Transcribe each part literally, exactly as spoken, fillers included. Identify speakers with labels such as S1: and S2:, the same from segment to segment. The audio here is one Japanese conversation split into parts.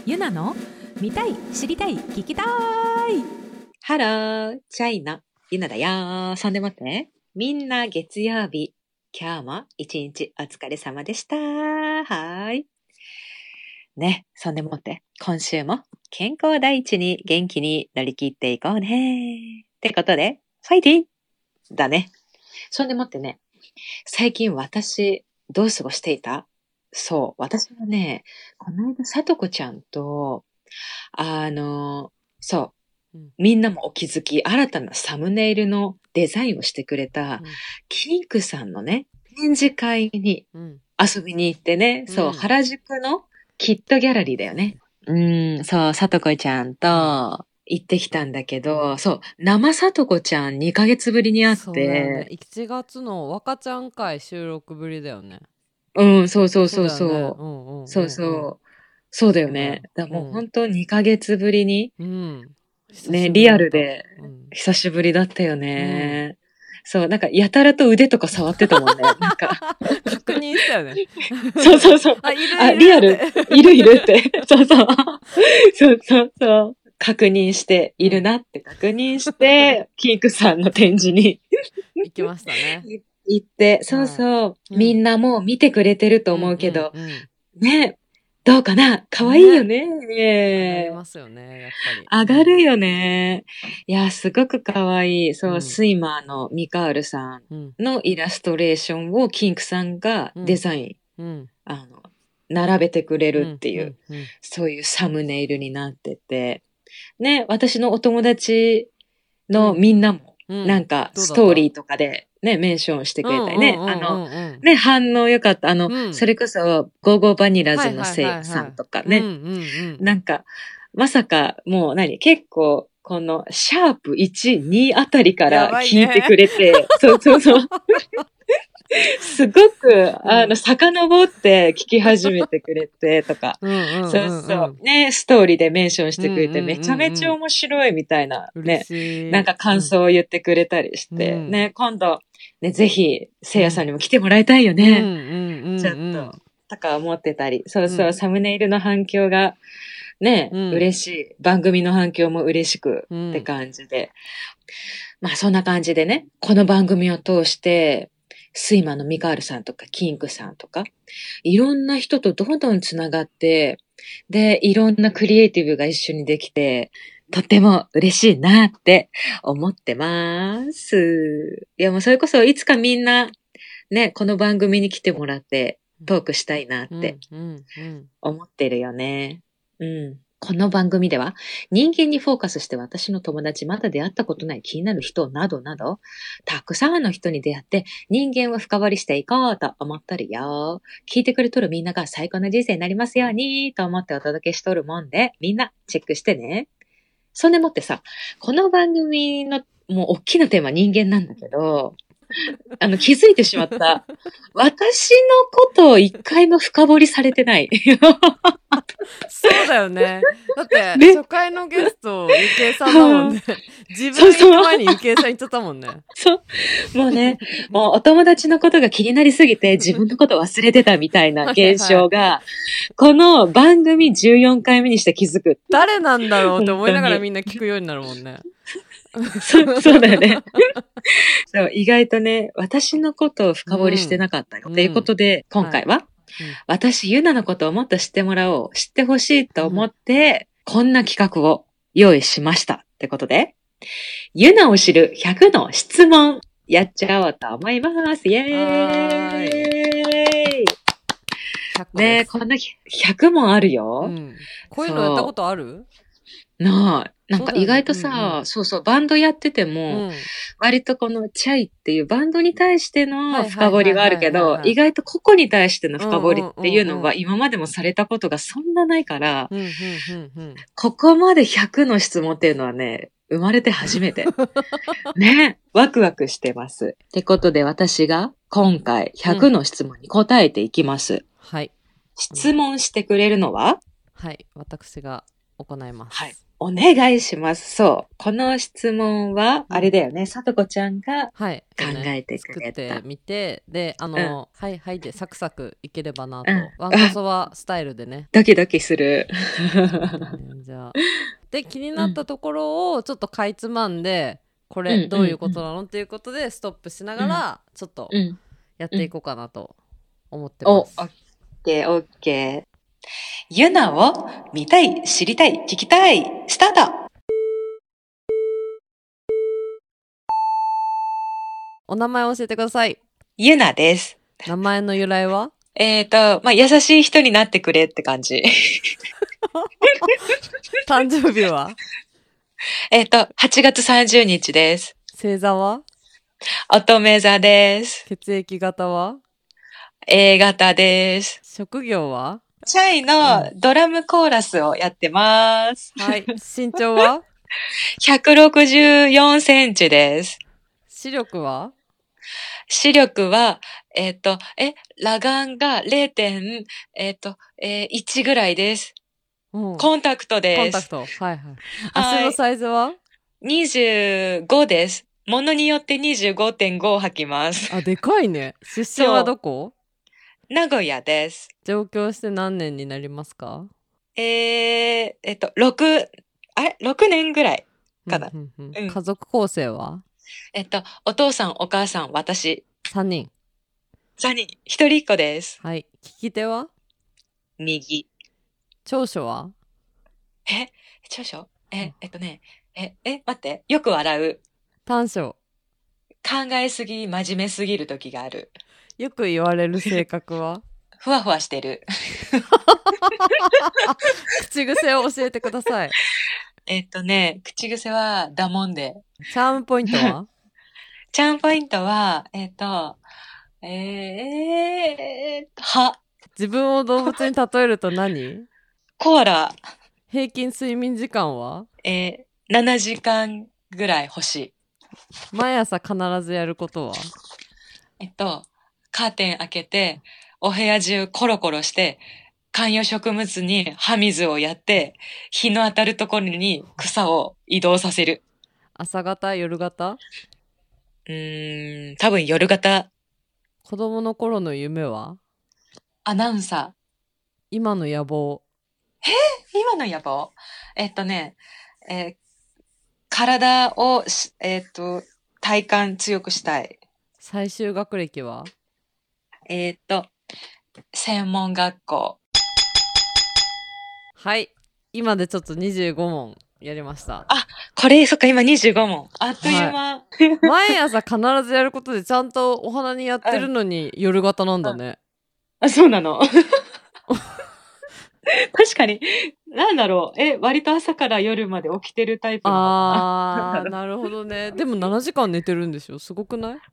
S1: ゆなの見たい知りたい聞きたい。
S2: ハロー、チャイナ、ゆなだよー。そんでもって、みんな月曜日、今日も一日お疲れ様でした。はーい。ね、そんでもって、今週も健康第一に元気に乗り切っていこうね。ってことで、ファイティーだね。そんでもってね、最近私、どう過ごしていた？そう、私はね、この間、さとこちゃんと、あの、そう、
S1: うん
S2: みんなもお気づき、新たなサムネイルのデザインをしてくれた、
S1: うん
S2: キンクさんのね、展示会に
S1: うん
S2: 遊びに行ってね、そう、
S1: うん
S2: 原宿のキットギャラリーだよね。うーん、そう、さとこちゃんと行ってきたんだけど、そう、生さとこちゃんにかげつぶりに会っ
S1: そうだよね。
S2: て、
S1: いちがつの若ちゃん会収録ぶりだよね。
S2: うん、そうそうそう
S1: そうだよね。
S2: そうう、
S1: んうんうん
S2: そうそう、そうだよね。だからもう
S1: うん
S2: 本当にかげつぶりに、
S1: うん久
S2: ね、
S1: しぶりだった
S2: リアルで
S1: うん
S2: 久しぶりだったよね。そう、なんかやたらと腕とか触ってたもんね。なんか、
S1: 確認したよね。
S2: そうそうそう。
S1: あ、いるいる
S2: あ、リアル
S1: って、
S2: いるいるって。そうそう。そうそうそう。確認して、いるなって確認して、キークさんの展示に
S1: 行きましたね。
S2: 行って、そうそう。
S1: うん
S2: みんなもう見てくれてると思うけど、
S1: うんうんうん
S2: ね、どうかな？可愛いよね。
S1: 上がりますよね、やっぱり。
S2: 上がるよね。いや、すごく可愛い。そう、
S1: うん
S2: スイマーのミカールさん
S1: うん
S2: のイラストレーションをキンクさんがデザイン、
S1: うん
S2: あの、並べてくれるっていう、
S1: うんうんうん
S2: そういうサムネイルになってて、ね、私のお友達のみんなも、
S1: うん
S2: なんか、
S1: どうだった
S2: ストーリーとかでね、メンションしてくれたりね。
S1: うんうんうんうん
S2: あの、ね、反応良かった。あの、
S1: うん
S2: それこそ、ゴーゴーバニラズのせい
S1: はいはいはいはい
S2: さんとかね。
S1: うんうんうん
S2: なんか、まさか、もう何結構、この、シャープいち、にあたりから
S1: やばいね
S2: 聞いてくれて、そうそうそう。すごく、あの、遡って聞き始めてくれて、とか。
S1: うんうんうんうん
S2: そうそう。ね、ストーリーでメンションしてくれて、
S1: うんうんうんうん
S2: めちゃめちゃ面白いみたいな、
S1: 嬉
S2: ね。
S1: しい。
S2: なんか感想を言ってくれたりして、
S1: うん
S2: ね、今度、ね、ぜひ、せいやさんにも来てもらいたいよね。
S1: うんうんうんうん
S2: ちょっと、とか思ってたり。そうそう、
S1: うん
S2: サムネイルの反響が、ね、
S1: うん
S2: 嬉しい。番組の反響も嬉しく、
S1: うん
S2: って感じで。まあそんな感じでね、この番組を通して、スイマーのミカールさんとか、キンクさんとか、いろんな人とどんどんつながって、で、いろんなクリエイティブが一緒にできて、とっても嬉しいなって思ってます。いやもうそれこそいつかみんな、ね、この番組に来てもらってトークしたいなって
S1: うんうんうん
S2: 思ってるよね。うん。この番組では人間にフォーカスして私の友達まだ出会ったことない気になる人などなどたくさんの人に出会って人間を深掘りしていこうと思っとるよ。聞いてくれとるみんなが最高の人生になりますようにと思ってお届けしとるもんでみんなチェックしてね。そんでもってさ、この番組のもう大きなテーマは人間なんだけど、あの気づいてしまった。私のことを一回も深掘りされてない。
S1: そうだよね。だって、
S2: ね
S1: 初回のゲスト、ゆけいさんだもんね。自分
S2: そうそう
S1: 行く前にゆけいさん言っちゃったもんね。
S2: そう。もうね、もうお友達のことが気になりすぎて自分のこと忘れてたみたいな現象が、この番組じゅうよんかいめにして気づく。
S1: 誰なんだろうって思いながら
S2: 本当に
S1: みんな聞くようになるもんね。
S2: そうそうだよね。そう意外とね、私のことを深掘りしてなかったよ。
S1: うん
S2: ということで、今回は、
S1: うん
S2: 私、ゆなのことをもっと知ってもらおう、知ってほしいと思って、こんな企画を用意しました。ってことで、ゆなを知るひゃくの質問、やっちゃおうと思います。イェーイ
S1: ひゃく
S2: ねえ、
S1: です。
S2: こんなひゃく問あるよ。
S1: うん。こういうのやったことある？
S2: ない。なん
S1: そうだよね
S2: か意外と
S1: うん
S2: さ、
S1: うん
S2: そうそう、バンドやってて
S1: う
S2: も、
S1: ん。
S2: 割とこのチャイっていうバンドに対して
S1: はいはいはいはい
S2: の深掘りはあるけど、意外と個々に対しての深掘りっていうの
S1: うんうんうんうん
S2: は今までもされたことがそんなないから、
S1: うんうんうんうん。
S2: ここまでひゃくの質問っていうのはね、生まれて初めて。ね、ワクワクしてます。ってことで私が今回ひゃくの質問に答えていきます。
S1: はい。
S2: 質問してくれるのは、
S1: はい。私が行います。
S2: はい。お願いします。そう。この質問は、あれだよね。さとこちゃんが
S1: はい、
S2: 考
S1: ね、
S2: えてくれた。
S1: 作ってみて、で、あの、
S2: うん、
S1: はいはいでサクサクいければなと。
S2: うん、
S1: わんこそばスタイルでね。
S2: ドキドキする。
S1: ねじゃあ。で、気になったところをちょっとかいつまんで、これ
S2: うん
S1: どういうことなのっていうことでストップしながら、ちょっと
S2: うん
S1: やっていこうかなと思ってます。
S2: お、オッケー、オッケー。ユナを見たい、知りたい、聞きたい、スタート。
S1: お名前を教えてください。
S2: ユナです。
S1: 名前の由来は？
S2: えっと、まあ、優しい人になってくれって感じ。
S1: 誕生日は？
S2: えっと、はちがつさんじゅうにちです。
S1: 星座は？
S2: 乙女座です。
S1: 血液型は？
S2: A 型です。
S1: 職業は？
S2: チャイのドラムコーラスをやってます。
S1: はい。身長は？
S2: ひゃくろくじゅうよんセンチです。
S1: 視力は？
S2: 視力は、えっと、え、裸眼が れい. えっと、えー、いちぐらいです。
S1: うん、
S2: コンタクトです。
S1: コンタクト。はいはい。足のサイズは？
S2: にじゅうごです。ものによって にじゅうごてんご 履きます。
S1: あ、でかいね。出身はどこ？
S2: 名古屋です。
S1: 上京して何年になりますか？
S2: えー、えっと、ろく、あれ ?ろく 年ぐらいかな、
S1: うんうんうん
S2: うん。
S1: 家族構成は？
S2: えっと、お父さん、お母さん、私。
S1: さんにん。
S2: さんにん。一人っ子です。
S1: はい。利き手は？
S2: 右。
S1: 長所は？
S2: え長所え、えっとね、え、え、待って。よく笑う。
S1: 短所。
S2: 考えすぎ、真面目すぎる時がある。
S1: よく言われる性格は？
S2: ふわふわしてる。
S1: 口癖を教えてください。
S2: えっとね、口癖はだもんで。
S1: チャームポイントは？
S2: チャームポイントは、えっと、えー、は。
S1: 自分を動物に例えると何？
S2: コアラ。
S1: 平均睡眠時間は？
S2: えー、ななじかんぐらい欲しい。
S1: 毎朝必ずやることは？
S2: えっと、カーテン開けて、お部屋中コロコロして、観葉植物に葉水をやって、日の当たるところに草を移動させる。
S1: 朝型、夜型？
S2: うーん、多分夜型。
S1: 子供の頃の夢は？
S2: アナウンサー。
S1: 今の野望？
S2: え今の野望えっとね、えー体をし、えっと、体幹強くしたい。
S1: 最終学歴は？
S2: えっと、専門学校。
S1: はい。今でちょっとにじゅうごもんやりました。
S2: あ、これ、そっか、今にじゅうごもん。あっという間。
S1: 毎朝必ずやることでちゃんとお花にやってるのに夜型なんだね。
S2: あ、そうなの。確かに。なんだろう。え、割と朝から夜まで起きてるタイプなのかな。
S1: あー、なるほどね。でもななじかん寝てるんでしょ？すごくない？
S2: うん。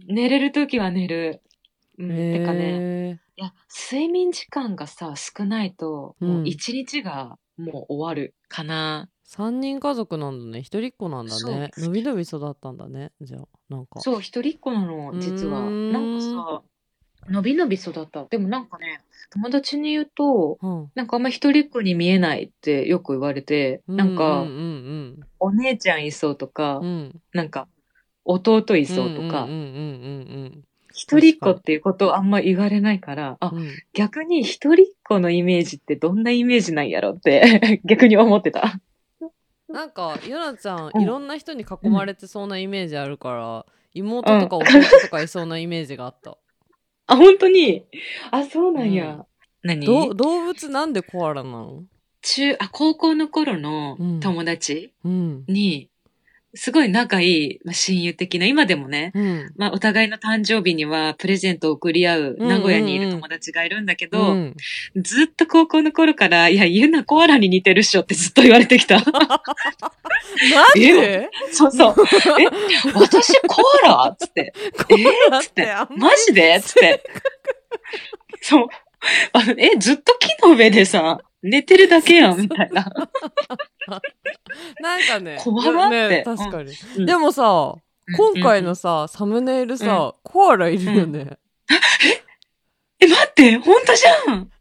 S2: 寝れるときは寝る。うん。てかね、
S1: へ
S2: いや、睡眠時間がさ、少ないと、
S1: ー。う。
S2: もうん一日がもう終わるかな。
S1: さんにん家族なんだね。一人っ子なんだ
S2: そう。
S1: ね。のびのび育ったんだね。じゃあ、なんか。
S2: そう、一人っ子な
S1: う
S2: の、
S1: ー
S2: 実は。なんか
S1: ん。
S2: さ、のびのび育った。でもなんかね、友達に言うと、
S1: うん。
S2: なんかあんま一人っ子に見えないってよく言われて、
S1: うん
S2: なんか、
S1: うんうん
S2: お姉ちゃんいそうとか、
S1: うん。うん。
S2: なんか、弟い
S1: うん
S2: そうとか、
S1: うんうんうんうんうん。
S2: 一人っ子
S1: 確か
S2: っていうことをあんま言われないから、あ、
S1: に。うん。
S2: 逆に一人っ子のイメージってどんなイメージなんやろって逆に思ってた。
S1: なんかゆなちゃん
S2: うん
S1: いろんな人に囲まれてそうなイメージあるから、妹
S2: うん。
S1: とか弟とかいそうなイメージがあった。
S2: あ、本当に。あ、そうなん
S1: うん。
S2: や。何
S1: ど動物なんでコアラなの？
S2: 中、あ、高校の頃の
S1: うん
S2: 友達
S1: うん
S2: に、すごい仲いい、まあ、親友的な、今でもね、
S1: うん
S2: まあ、お互いの誕生日にはプレゼントを送り合う
S1: うん
S2: 名古屋にいる
S1: うん
S2: 友達がいるんだけ
S1: う
S2: ど、
S1: ん。
S2: ずっと高校の頃から、いや、ゆなコアラに似てるっしょってずっと言われてきた。
S1: なん
S2: え
S1: で？
S2: そうそう。え、私コアラつって。
S1: コ
S2: え
S1: アラっ
S2: つってて。
S1: あんま
S2: マジでつって。そう。あえ、ずっと木の上でさ、寝てるだけやん、みたいな。
S1: なんかね
S2: 怖がっ
S1: ね
S2: て。
S1: 確かに、
S2: うん
S1: でもさ
S2: うん
S1: 今回のさサムネイルさ、コアラいるよね、
S2: え、待って、ほんとじゃん。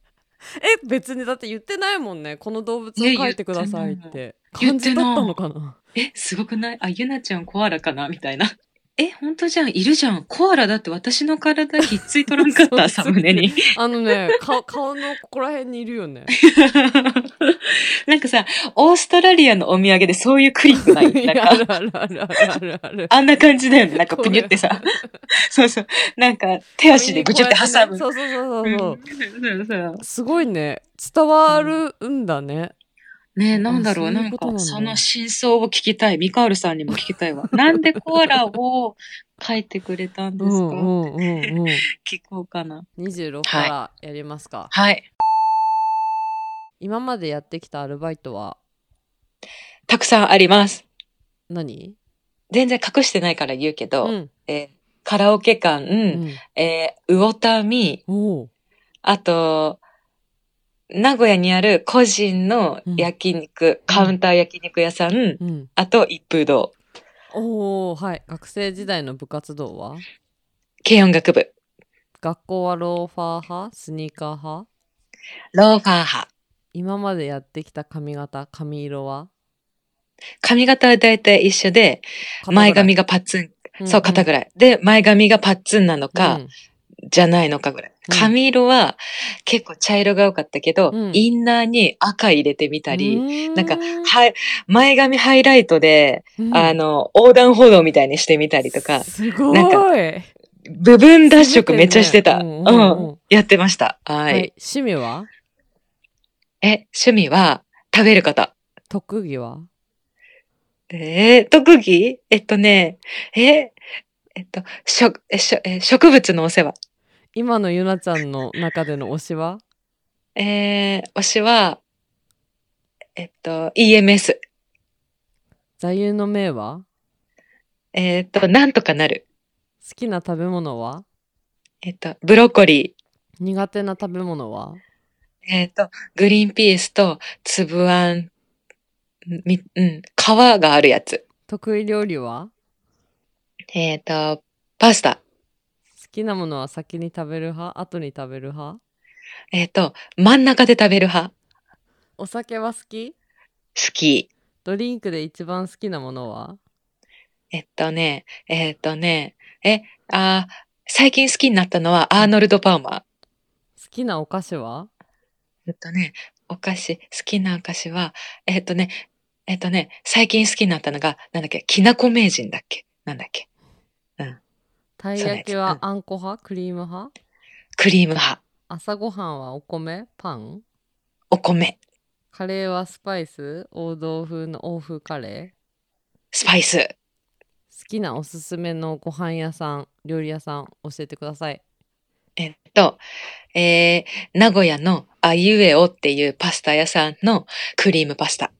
S1: え、別にだって言ってないもんね。この動物を描いてくださいって。感
S2: 言ってない
S1: じだったのかな。
S2: え、すごくない？あ、ゆなちゃんコアラかなみたいな。え、ほんとじゃん、いるじゃん。コアラだって私の体ひっついとらんかったさ、胸に。
S1: あのね、顔、顔のここら辺にいるよね。
S2: なんかさ、オーストラリアのお土産でそういうクリップないなんか
S1: あるあるあるあるあるある。
S2: あんな感じだよね。なんかプニュってさ。そうそう。なんか手足でぐちゅって挟む。
S1: そうそうそうそうそう。
S2: そうそう
S1: すごいね。伝わるんだね。
S2: ねえ、なんだろう、
S1: あそう
S2: ないんか、
S1: うことなんだ
S2: その真相を聞きたい。ミカールさんにも聞きたいわ。なんでコアラを書いてくれたんですか、
S1: うんうんうんうん、
S2: 聞こうかな。
S1: にじゅうろくからやりますか。
S2: はい。
S1: 今までやってきたアルバイトは
S2: たくさんあります。
S1: 何？
S2: 全然隠してないから言うけど、
S1: うん
S2: えーカラオケ館、
S1: うん
S2: えー、魚民、
S1: おう
S2: あと、名古屋にある個人の焼肉、カウンター焼肉屋さん、
S1: うん
S2: あと一風堂。
S1: おーはい学生時代の部活動は？
S2: 軽音楽部。
S1: 学校はローファー派スニーカー派？
S2: ローファー派。
S1: 今までやってきた髪型髪色は？
S2: 髪型はだいたい一緒で、前髪がパッツン、そう、肩ぐらい。で、前髪がパッツンなのか、
S1: うん
S2: じゃないのかぐらい。髪色は結構茶色が多かったけど、
S1: うん
S2: インナーに赤入れてみたり、
S1: うーん
S2: なんか、はい、前髪ハイライトで、
S1: うん
S2: あの、横断歩道みたいにしてみたりとか、
S1: すごい
S2: なんか部分脱色めっちゃしてた。
S1: うん
S2: う
S1: うんうん
S2: ん。やってました。はい。
S1: はい趣味は？
S2: え、趣味は食べること。
S1: 特技は？
S2: えー、特技えっとね、え、えっと、食、え、しょえ植物のお世話。
S1: 今のゆなちゃんの中での推しは？
S2: えー、推しは、えっと、イーエムエス。
S1: 座右の銘は？
S2: えっと、なんとかなる。
S1: 好きな食べ物は？
S2: えっと、ブロッコリ
S1: 苦手な食べ物は？
S2: ー。えっと、グリーンピースと粒あん、み、うん、皮があるやつ。
S1: 得意料理は？
S2: えっと、パスタ。
S1: 好きなものは先に食べる派後に食べる派？
S2: えっと、真ん中で食べる派。
S1: お酒は好き？
S2: 好き。
S1: ドリンクで一番好きなものは？
S2: えっとね、えっとね、え、あー、最近好きになったのはアーノルド・パーマー。
S1: 好きなお菓子は？
S2: えっとね、お菓子、好きなお菓子は、えっとね、えっとね、最近好きになったのが、なんだっけ、きなこ名人だっけなんだっけうん。
S1: たい焼きはあんこ派クリーム派？
S2: クリーム派。
S1: 朝ごはんはお米パン？
S2: お米。
S1: カレーはスパイス王道風の欧風カレ
S2: スパイス。
S1: ー？好きなおすすめのご飯屋さん料理屋さん教えてください。
S2: えっと、えー、名古屋のあゆえおっていうパスタ屋さんのクリームパスタ。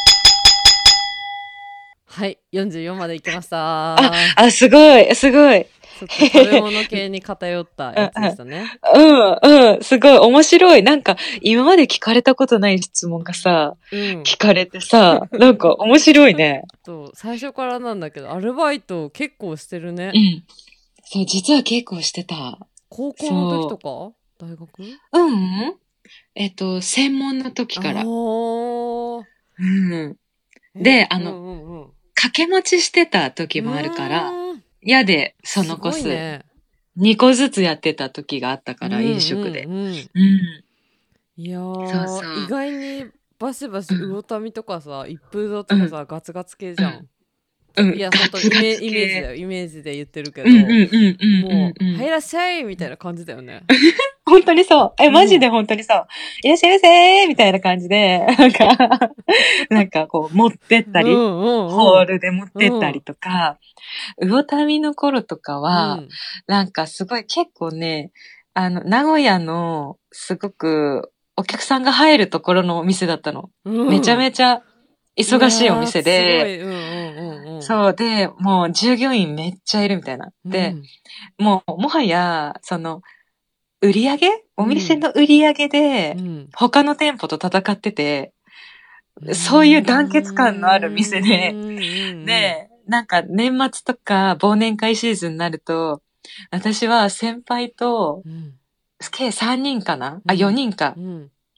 S1: はいよんじゅうよんまで行きました
S2: あ、あ、すごい、すごい。
S1: ちょっと食べ物系に偏ったやつでしたね。
S2: うん、うん、すごい、面白い。なんか、今まで聞かれたことない質問がさ、
S1: うん
S2: 聞かれてさ、なんか面白いね。
S1: と最初からなんだけどアルバイト結構してるね。
S2: うん。そう、実は結構してた。
S1: 高校の時とか大学？
S2: うんえっと、専門の時から。
S1: おー
S2: うん。で、あの、
S1: うんうんうん、
S2: 掛け持ちしてた時もあるから、
S1: うん
S2: 嫌でそのコス、
S1: すごいね、
S2: にこずつやってた時があったから、
S1: うんうんうん
S2: 飲食で。うん。
S1: いやー
S2: そうそう
S1: 意外にバシバシ魚民とかさ、一風堂とかさ、ガツガツ系じゃん。
S2: うん。
S1: いや本当イメイメージだ
S2: よ。
S1: よイメージで言ってるけど、
S2: うんうんうんうん
S1: もう、
S2: うん。
S1: はいらっしゃいみたいな感じだよね。
S2: 本当にそう。え、マジで本当にそう。いらっしゃいませーみたいな感じで、なんか、なんかこう持ってったり、
S1: うんうんうん、
S2: ホールで持ってったりとか、魚民の頃とかは、
S1: うん
S2: なんかすごい結構ね、あの、名古屋のすごくお客さんが入るところのお店だったの。
S1: うん、
S2: めちゃめちゃ忙しいお店で、
S1: いやーすごい、うんうんうんうん、
S2: そうで、もう従業員めっちゃいるみたいな。で、
S1: うん、
S2: もうもはや、その、売り上げお店の売り上げで、他の店舗と戦ってて、うん、そういう団結感のある店で、で、なんか年末とか忘年会シーズンになると、私は先輩と、うん、計さんにんかな、うん、あ、よにんか、うん、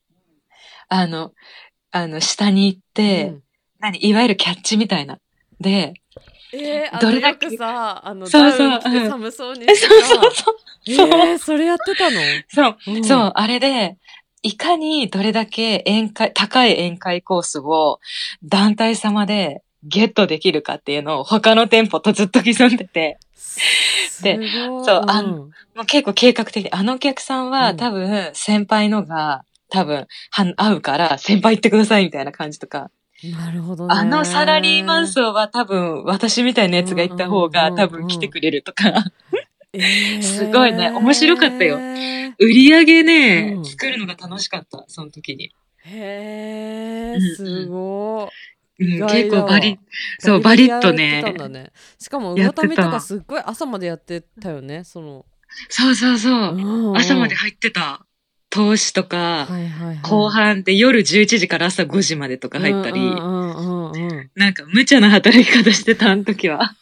S2: あの、あの、下に行っ
S1: う
S2: て、
S1: ん、
S2: 何、いわゆるキャッチみたいな。で、
S1: えー、あ
S2: どれだけ、
S1: のよくさあの
S2: そうそう、
S1: ダウン着て
S2: うん。
S1: 寒そうに
S2: え、
S1: して
S2: そうそう
S1: さ、
S2: そう、そう、
S1: えー、それやってたの？
S2: そう、
S1: うん、
S2: そう、あれで、いかにどれだけ宴会、高い宴会コースを団体様でゲットできるかっていうのを他の店舗とずっと競んでて、で、
S1: すごい。
S2: そう、あん、
S1: うん、
S2: もう結構計画的に、あのお客さん
S1: うん、
S2: は多分先輩のが多分は合うから先輩行ってくださいみたいな感じとか、
S1: なるほど
S2: あのサラリーマン
S1: ね。
S2: 層は多分私みたいな
S1: うん
S2: やつが行った方が
S1: うん
S2: 多分来
S1: うんうん。
S2: てくれるとか、すごいね、面白かったよ。
S1: えー、
S2: 売り上げね、
S1: うん。
S2: 作るのが楽しかった、その時に。
S1: へえ、
S2: うん
S1: すごい。意
S2: うん。うん、結
S1: 外だわ。
S2: 構バリッ、そう、
S1: バリバ
S2: バリッと
S1: リやってたんだ
S2: ね、
S1: ね。しかも
S2: やって
S1: 魚民とか
S2: た。
S1: すっごい朝までやってたよね。その、
S2: そうそうそ
S1: う
S2: う。朝
S1: んうん。
S2: まで入ってた。投資とか、
S1: はいはいはい。
S2: 後半で夜じゅういちじから朝ごじまでとか
S1: うん
S2: 入った
S1: うん
S2: り、
S1: うんうんうん。
S2: なんか無茶な働き方してた、あの時は。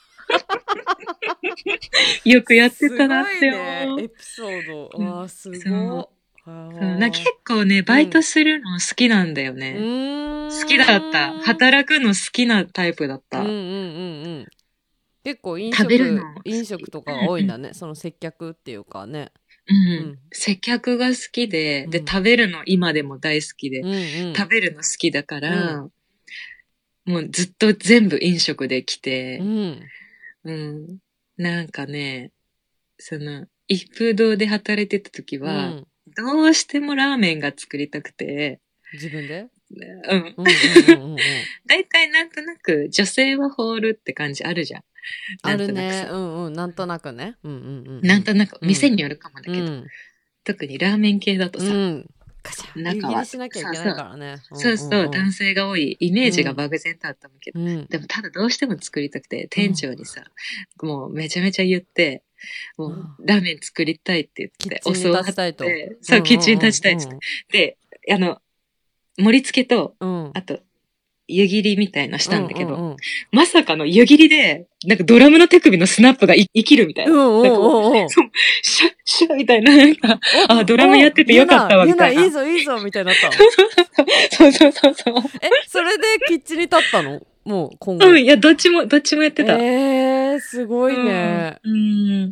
S2: よくやって
S1: す
S2: たなって
S1: ごいね。
S2: 思う。
S1: エピソード。
S2: うん、
S1: わあ、す
S2: そう。
S1: ごっ。
S2: そう。なんか結
S1: はあ。
S2: 構ね、
S1: うん。
S2: バイトするの好きなんだよ
S1: う
S2: ね。好きだった。
S1: ーん。
S2: 働くの好きなタイプだっ
S1: うんうんう
S2: た。
S1: んうん。結構飲
S2: 食べるの
S1: 食、
S2: 好
S1: 飲食
S2: き。
S1: とかが
S2: うん
S1: 多いんだね。その接客っていうかね。
S2: うん。うん。
S1: うん。
S2: 接客が好きで、で、
S1: うん。
S2: 食べるの今でも大好きで、
S1: うんうん
S2: 食べるの好きだか
S1: うん。
S2: ら、もうずっと全部飲食で来
S1: う
S2: て、
S1: ん。
S2: うん。なんかね、その、一風堂で働いてた時は、
S1: うん。
S2: どうしてもラーメンが作りたくて、
S1: 自分で。
S2: うん。
S1: うんうんうんうんうん。
S2: だいたいなんとなく女性はホールって感じあるじゃん。な
S1: あるね。
S2: んとなくさ。
S1: うんうん。なんとなくね。うんうん
S2: なんとなく、
S1: うんうん。
S2: 店によるかもだ
S1: うん。
S2: けど、
S1: うん。
S2: 特にラーメン系だと
S1: う
S2: さ、
S1: ん。ガチャ。湯
S2: 中は、
S1: 切りしなきゃいけない
S2: そうそう、
S1: からね。うん
S2: そうそう、
S1: うん
S2: 男性が多いイメージが
S1: うん。
S2: 漠然とあったんだけど、
S1: うん。
S2: でもただどうしても作りたくて、店
S1: うん。
S2: 長にさ、もうめちゃめちゃ言って、もう
S1: うん。
S2: ラーメン作りたいって言って、お
S1: キッチンに
S2: 酢を張っ
S1: 立ちたいと。
S2: て、そう、
S1: うんう
S2: キッチンに
S1: ん
S2: 立ちたいって言っ
S1: うん
S2: て。で、あの、盛り付けと、
S1: うん。うん。
S2: あと、湯切りみたいなし
S1: うん
S2: たんだけど、
S1: うんうん。
S2: まさかの湯切りで、なんかドラムの手首のスナップがい生きるみたいな。
S1: うんうん
S2: なんかもう、
S1: うんうん。
S2: そう、シュッ、シュッみたいな、なんか、あ、ドラム
S1: お、お、
S2: やってて
S1: ゆな、
S2: よかったわ、
S1: ゆな、
S2: みたいな。
S1: いいぞいいぞみたいになったの？
S2: そうそうそうそう。
S1: え、それでキッチンに立ったの？もう今
S2: うん、
S1: 後。
S2: いや、どっちも、どっちもやってた。
S1: えー、すごい
S2: うん、
S1: ね。
S2: うん。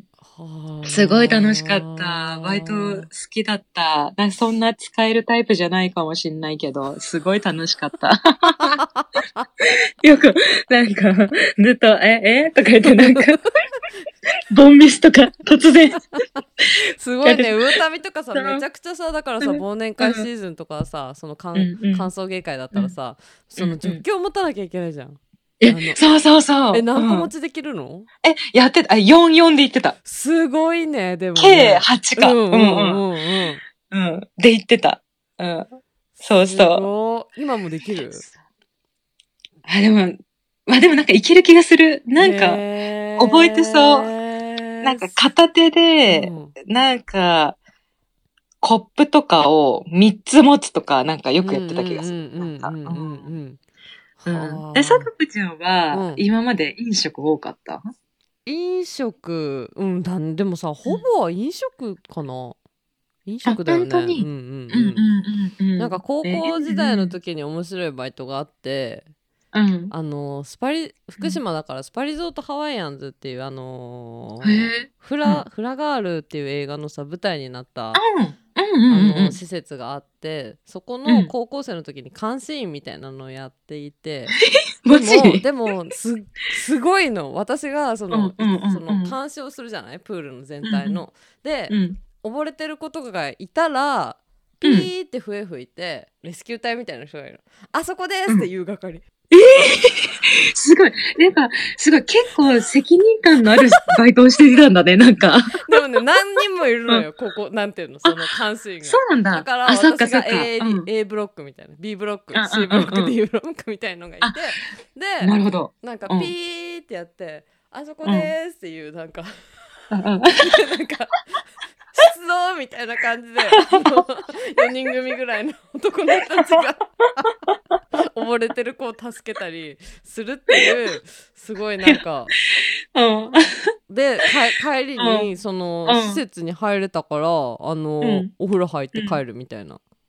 S2: すごい楽しかった。バイト好
S1: はあ。
S2: きだった。なんかそんな使えるタイプじゃないかもしんないけど、すごい楽しかった。よく、なんか、ずっと、え、えとか言ってなんか、ボンミスとか、突然。
S1: すごいね。魚民とかさ、
S2: そう
S1: めちゃくちゃさ、だからさ、
S2: うん、
S1: 忘年会シ
S2: うん、
S1: ーズンとかさ、その
S2: う
S1: 感
S2: ん、
S1: 歓送迎会だっ
S2: うん、
S1: たらさ、その
S2: うん、うん。
S1: ジョッキを持たなきゃいけないじゃん。
S2: え、
S1: あの、
S2: そうそう
S1: え、
S2: そう。うん。
S1: 何個持ちできるの？
S2: え、やってた。あ、よんよんで言ってた。
S1: すごいね、でも
S2: 計
S1: ね。
S2: はち
S1: うんう
S2: か。うんうん。
S1: んうんうん。
S2: うん。で言ってた。うん。そう
S1: す
S2: そう。
S1: ごい。今もできる？
S2: あ、でも、まあでもなんかいける気がする。なんか、覚えてそう。なんか
S1: へー。
S2: 片手
S1: う
S2: で、
S1: ん。
S2: なんか、コップとかをみっつ持つとか、なんかよくやって
S1: うんうんうんうん
S2: た気がする。なんか、
S1: うんうんうん。
S2: うん。うん。え、さと
S1: は
S2: ぷちゃん
S1: あ。う
S2: は、
S1: ん。
S2: 今まで飲食多かった？
S1: 飲食、うんだん、でもさ、ほ
S2: うん。
S1: ぼは飲食かな。飲
S2: あ、
S1: 食だよね。うんうん
S2: 本当に。うん
S1: うん。
S2: うんうんうん。
S1: なんか高
S2: えー、
S1: 校時代の
S2: うん。
S1: 時に面白いバイトがあって、
S2: うん。
S1: あのスパリ
S2: うん。
S1: 福島だからスパリゾートハワイアンズっていうあのー
S2: へえ。
S1: フ
S2: うん。
S1: ラフラガールっていう映画のさ舞台になった
S2: うん。うん
S1: あ
S2: うんうん
S1: の施設があって、そこ
S2: うん。うん。
S1: の高校生の時に監視員みたいなのをやっていて、で
S2: マジ？
S1: もでもすすごいの。私がそのい
S2: うんうんうんうん。
S1: その監視をするじゃない、プールの全
S2: うんうん。
S1: 体の。で
S2: うん。
S1: 溺れてる子とかがいたらピ
S2: うん。
S1: ーって笛吹いてレスキュー隊みたいな人がいる。あそこで
S2: うん。
S1: すっていう係。
S2: ええー、すごい。なんか、すごい、結構責任感のあるバイトをしていたんだね、なんか。
S1: でもね、何人もいる
S2: うん。
S1: のよ、ここ、なんていうの、そ
S2: あ、
S1: の監視員
S2: そ
S1: が。
S2: うなんだ。
S1: だから
S2: あ、そっか
S1: 私が
S2: そっか。
S1: A,
S2: うん。
S1: A ブロックみたいな、B ブロック、
S2: うん
S1: C
S2: うんうん
S1: ブロック、
S2: うん。
S1: D ブロックみたいのがい
S2: あ、
S1: て、で、
S2: なるほど。
S1: なんかピ
S2: うん。
S1: ーってやって、あそこ
S2: うん。
S1: でーすっていう、なんか、
S2: うんうん。
S1: で、なんか、出動みたいな感じで、あの、よにん組ぐらいの男の人たちが溺れてる子を助けたりするっていう、すごいなんか、
S2: うん。
S1: でか帰り
S2: うん。
S1: にその施
S2: うん。
S1: 設に入れたから、あ
S2: うん。
S1: のお風呂入って
S2: うん。
S1: 帰るみたいな。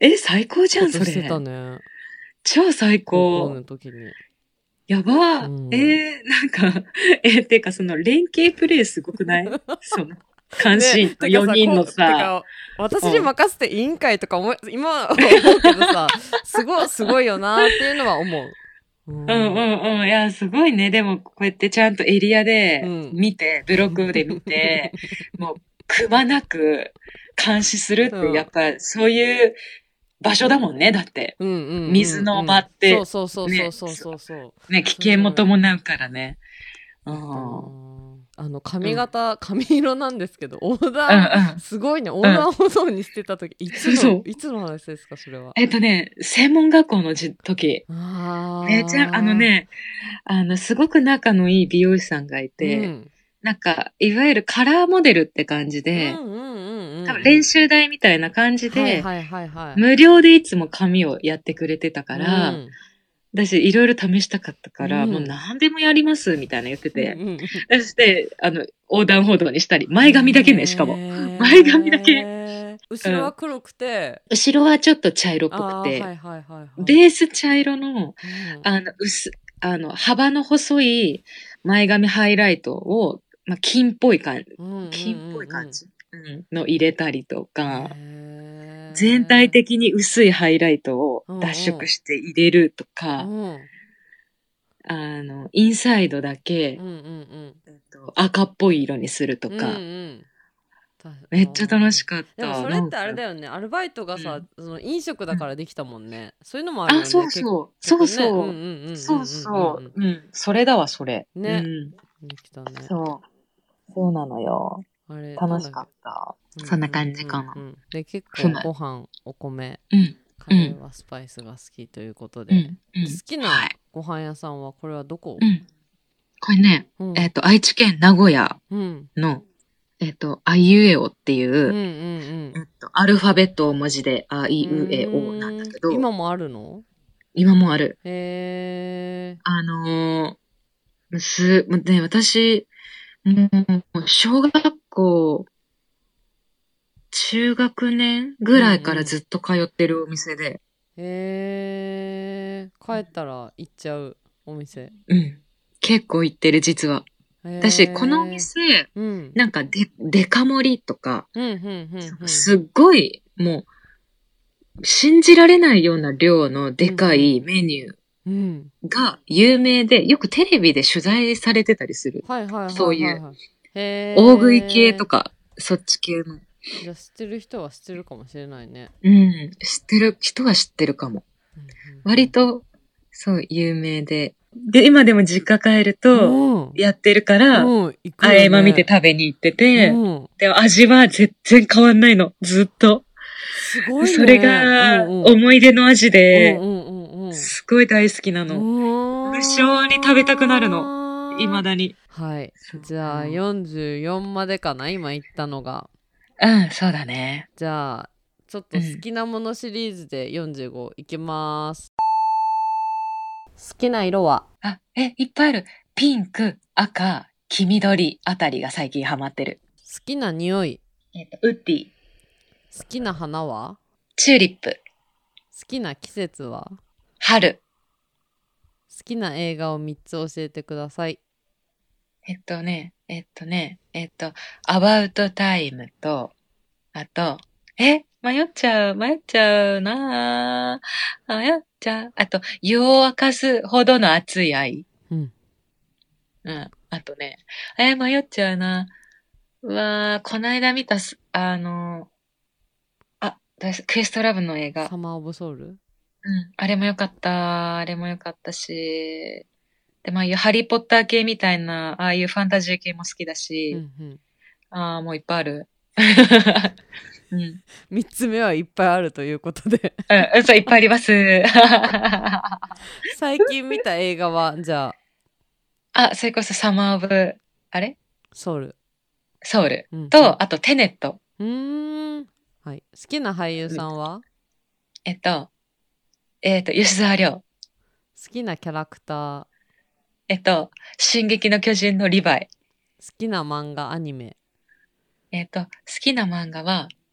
S2: え、最高じゃん、そ
S1: ことしてた
S2: れ。
S1: ね。
S2: 超最
S1: 高校
S2: 高。
S1: の時に。
S2: やば。
S1: うん
S2: えー、なんか、えー、てかその連携プレイすごくないその、監視員
S1: ね、
S2: と
S1: てかさ、
S2: よにんの
S1: こう、て
S2: さ、
S1: か、私に
S2: うん。
S1: 任せていいんかいとか思い、今は思うけどさ、すごい、すごいよなっていうのは思う。う
S2: うんうん
S1: ん。
S2: うん。いや、すごいね。でも、こうやってちゃんとエリア
S1: う
S2: で
S1: ん。
S2: 見て、ブログで見て、もう、くまなく監視するって、や
S1: うん。
S2: っぱ、そういう場所だもんね。だって。
S1: うんうんうんう
S2: 水の場
S1: ん。そう
S2: って、
S1: そうそうそう
S2: ね、
S1: そう
S2: そ
S1: そうそう。
S2: ね、危険も
S1: すごい。
S2: 伴うからね。う
S1: あったな
S2: ん。うん
S1: ぁ。あの髪
S2: うん。
S1: 型、髪色なんですけど、横
S2: うん。
S1: 断、すごいね、横
S2: うん。
S1: 断歩道にしてた時、いつの、
S2: そう。
S1: いつの話ですか、それは。
S2: えっとね、専門学校のじ時、めちゃ、あの
S1: あ
S2: ね、あの、すごく仲のいい美容師さんがい
S1: ー。う
S2: て、
S1: ん。
S2: なんか、いわゆるカラーモデルって感じ
S1: うん
S2: で、
S1: うんうんうんうん。
S2: 多分練習台みたいな感じで、
S1: はいはいはいはい。
S2: 無料でいつも髪をやってくれてたか
S1: う
S2: ら、
S1: ん。
S2: 私いろいろ試したかった
S1: う
S2: から、もう
S1: ん。
S2: 何でもやりますみたいな言って
S1: うん
S2: て。
S1: うん
S2: そして、あの、横断歩道にしたり、
S1: うん。
S2: 前髪だけね、しかも。前髪だけ。
S1: へー。
S2: うん。
S1: 後ろは黒くて、
S2: 後ろはちょっと茶色っぽく
S1: ああ、は
S2: て、
S1: いはいはいはい。
S2: ベース茶色の、
S1: うん。
S2: あの、薄、あの、幅の細い前髪ハイライトを、まあ、金っぽい感じ、
S1: うんうんうん
S2: 金っぽい
S1: うん。
S2: 感じ、うん、の入れたりとか、全体
S1: へえ。
S2: 的に薄いハイライトを
S1: うん
S2: 脱
S1: うん。
S2: 色して入れるとか、
S1: うん。
S2: あの、インサイドだけ、
S1: うんうんうん。
S2: えっと、赤っぽい色にすると
S1: うん
S2: か、
S1: うん。た
S2: めっちゃ楽し
S1: あ
S2: かっ
S1: ーでも
S2: た。
S1: それってあれ
S2: なんか、
S1: だよね。アルバイトがさ、
S2: うん、
S1: その飲食だ
S2: うん。
S1: からできたもんね。そういうのもある
S2: あ、
S1: よね。結
S2: そうそう。そう
S1: 局ね。うんうんうん
S2: そう。そうそう。
S1: うんうん
S2: うん。それだわ、それ。
S1: うん。ね。
S2: うん。
S1: できたね。
S2: そう。そうなのよ。
S1: あれ、な
S2: 楽しか
S1: んだっけ。
S2: った。
S1: うん
S2: そんな
S1: うんう
S2: 感じかな。
S1: んうん。で、結構
S2: ふむ。
S1: ご飯、お米、
S2: うん。
S1: カレー
S2: うん。
S1: はスパイスが好きということで。
S2: うん。うん。
S1: 好きな
S2: はい。
S1: ご飯屋さんはこれはどこ？
S2: うん。これね、
S1: うん。
S2: えっと、愛知県名古屋
S1: うん。
S2: の、えっと、あいうえおってい
S1: うんう
S2: う、
S1: ん
S2: えっと、アルファベット大文字で、あ
S1: うん。う
S2: いうえおなんだ
S1: ーん。
S2: けど、
S1: 今もあるの？
S2: 今もある。
S1: へえ。
S2: あのー、す、もうね、私、もう、小学校、中学年ぐ
S1: うんう
S2: らいから
S1: ん。
S2: ずっと通ってるお店で、
S1: へえ。帰ったら行っちゃうお店。
S2: うん。結構行ってる、実は。
S1: へ
S2: 私、このお
S1: え。
S2: 店、
S1: うん。
S2: なんかデ、デカ盛りとか、
S1: うんうんうんうん。
S2: すっごい、もう、信じられないような量の
S1: う
S2: でか
S1: んうん。
S2: いメニュ
S1: うん。
S2: ーが有名で、よくテレビで取材されてたりする。
S1: はいはい
S2: そういう、
S1: はいはいはい。
S2: 大食い系
S1: へえ。
S2: とか、そっち系の。
S1: じゃあ知ってる人は知ってるかもしれないね。
S2: うん、知ってる人は知ってるかも。
S1: うん
S2: 割と、そう、有名で。で、今でも実家帰ると、
S1: うんうん。
S2: やってるから、
S1: うん。うん。行くよ
S2: あれ今見て
S1: ね。
S2: 食べに行って
S1: う
S2: て、
S1: ん。
S2: でも味は全然変わんないの。ずっと。
S1: すごい
S2: それ
S1: ね。う
S2: が
S1: んうん。
S2: 思い出の味で、
S1: うんうんうん
S2: すごい大好きな
S1: う
S2: の。無性に食べたくなるの。
S1: ん。うーん。
S2: 未だに。
S1: はい。
S2: そう。
S1: じゃあよんじゅうよんまでかな今言ったのが。
S2: うん、そうだね。
S1: じゃあ、ちょっと好
S2: うん。
S1: きなものシリーズでよんじゅうごいきます。好きな色は？
S2: あ、え、いっぱいある。ピンク、赤、黄緑あたりが最近ハマってる。
S1: 好きな匂い？
S2: えっと、ウッディ、
S1: 好きな花は？
S2: チューリップ、
S1: 好きな季節は？
S2: 春。
S1: 好きな映画をみっつ教えてください。
S2: えっとね、えっとね、えっと、アバウトタイムと、あと、え、迷っちゃう、迷っちゃうなぁ。迷っちゃう。あと、湯を沸かすほどの熱い愛。
S1: うん。
S2: うん。あとね、え、迷っちゃうな。うわー、こないだ見たす、あの、あ、私クエストラブの映画。
S1: サマーオブソウル？
S2: うん。あれもよかった。あれもよかったし。で、まあ、ああいうハリーポッター系みたいな、ああいうファンタジー系も好きだし。
S1: うんうん。
S2: ああ、もういっぱいある。うん。
S1: みっつめはいっぱいあるということで
S2: うん、そう、いっぱいあります。
S1: 最近見た映画は、じゃあ、
S2: あ、それこそサマーオブ、あれ
S1: ソウル。
S2: ソウル
S1: うんうん。
S2: と、あとテネット。
S1: うーん。はい。好きな俳優
S2: うん
S1: さんは？
S2: えっと、えっと、吉沢亮。
S1: 好きなキャラクター？好
S2: えっと、進撃の巨人のリヴァイ。
S1: きな漫画、アニメ？
S2: えっと、好きな漫画は、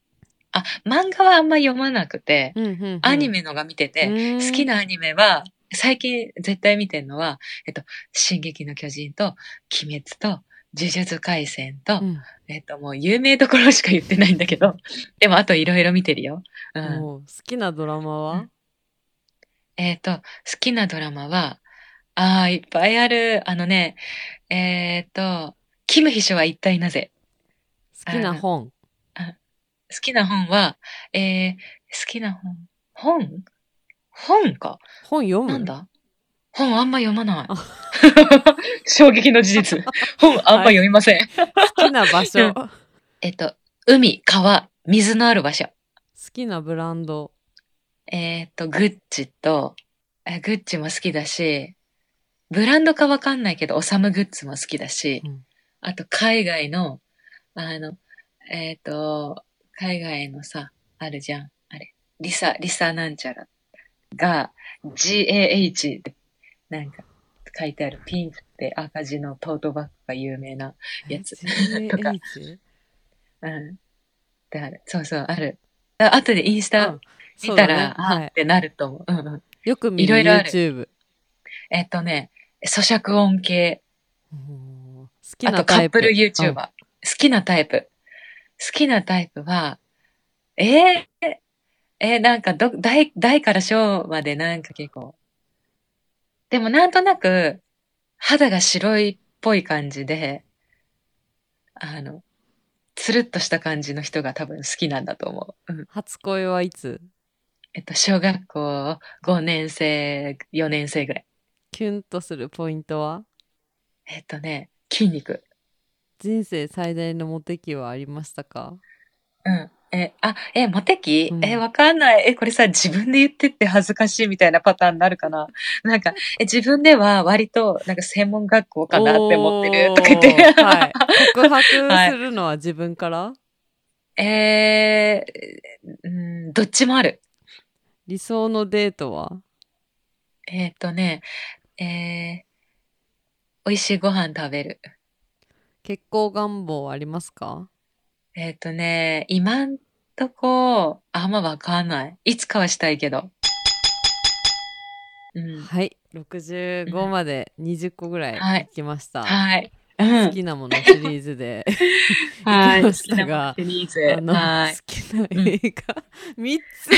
S2: あ、漫画はあんま読まなくて、
S1: うんうんうん、
S2: アニメのが見てて、好きなアニメは、最近絶対見てるのは、えっと、進撃の巨人と、鬼滅と、呪術廻戦と、
S1: うん、
S2: えっと、もう有名どころしか言ってないんだけど、でもあといろいろ見てるよ。うん。
S1: もう好きなドラマは、
S2: うん、えっと、好きなドラマは、ああ、いっぱいある。あのね、えっと、キム秘書は一体なぜ？
S1: 好きな
S2: あの、
S1: 本。
S2: あ好きな本は、えー、好きな本本本か。
S1: 本読む？
S2: なんだ本あんま読まない。
S1: あ
S2: 衝撃の事実。本あんま読みません。
S1: 好きな場所。
S2: うんえっと、海、川、水のある場所。
S1: 好きなブランド。
S2: えっと、グッチと、えグッチも好きだし、ブランドかわかんないけど、オサムグッズも好きだし、
S1: うん
S2: あと海外の、あの、えっと、海外のさ、あるじゃん。あれ。リサ、リサなんちゃらが、ジーエーエイチ ってなんか書いてあるピンクって赤字のトートバッグが有名なやつとか。
S1: ジェーエイチ？
S2: うん。である。そうそう、ある。あ後でインスタ見たら、
S1: ね、
S2: あ、
S1: はい、
S2: ってなると思う。うんうん。
S1: よく見る
S2: いろいろある。
S1: YouTube。
S2: えっとね、咀嚼音系。
S1: 好き
S2: あ
S1: なタイプ。
S2: とカップル YouTuber、うん。好きなタイプ。好きなタイプは、えー、えー、なんかど、大、大から小までなんか結構。でもなんとなく、肌が白いっぽい感じで、あの、つるっとした感じの人が多分好きなんだと思う。うん、
S1: 初恋はいつ？
S2: えっと、小学校ごねん生、よねん生ぐらい。
S1: キュンとするポイントは？
S2: えっとね、筋肉。
S1: 人生最大のモテ期はありましたか？
S2: うん。え、あ、え、モテ期、
S1: うん、
S2: え、わかんない。え、これさ、自分で言ってって恥ずかしいみたいなパターンになるかな。なんか、え、自分では割と、なんか専門学校かなって思ってるとか言って。
S1: はい。告白するのは自分から？
S2: はい、えー、うん、どっちもある。
S1: 理想のデートは？
S2: えっとね、えー、美味しいご飯食べる。
S1: 結婚願望ありますか？
S2: えっとね、今んとこ、あんまわかんない。いつかはしたいけど。うん。
S1: はい。ろくじゅうごまでにじゅっこぐらい
S2: はい。
S1: いきました。
S2: はい。うん。
S1: 好きなものシリーズでいき
S2: はい。
S1: ま
S2: 好きなもの
S1: したが、
S2: シリーズ。
S1: あの、
S2: はい。
S1: 好きな
S2: うん。
S1: 映画みっつ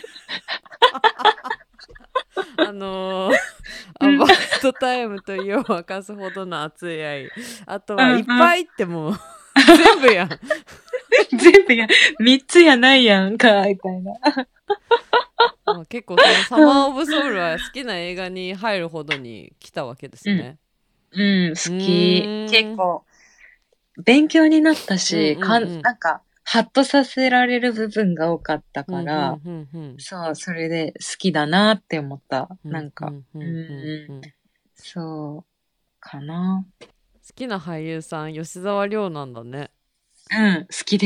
S1: あのー
S2: うん。
S1: アバウトタイムと夜を明かすほどの熱い愛。あと
S2: うん
S1: はいっぱいってもう全部やん。
S2: 全部や、みっつやないやんか、みたいな。
S1: まあ、結構そのサマーオブソウルは好きな映画に入るほどに来たわけです
S2: うん。
S1: ね。
S2: うん、
S1: う
S2: 好き。結
S1: ーん。
S2: 構、勉強になった
S1: うん
S2: し、
S1: う
S2: かん、
S1: んうん。
S2: なんか、ハッとさせられる部分が多かった
S1: うんう
S2: から、
S1: んうんうん。
S2: そう、それで好きだなって思った。
S1: うんう
S2: なんか、う
S1: んうんうんう
S2: ん、
S1: ん。
S2: そう、かな。
S1: 好きな俳優さん、吉沢亮なんだね。
S2: うん、好きです。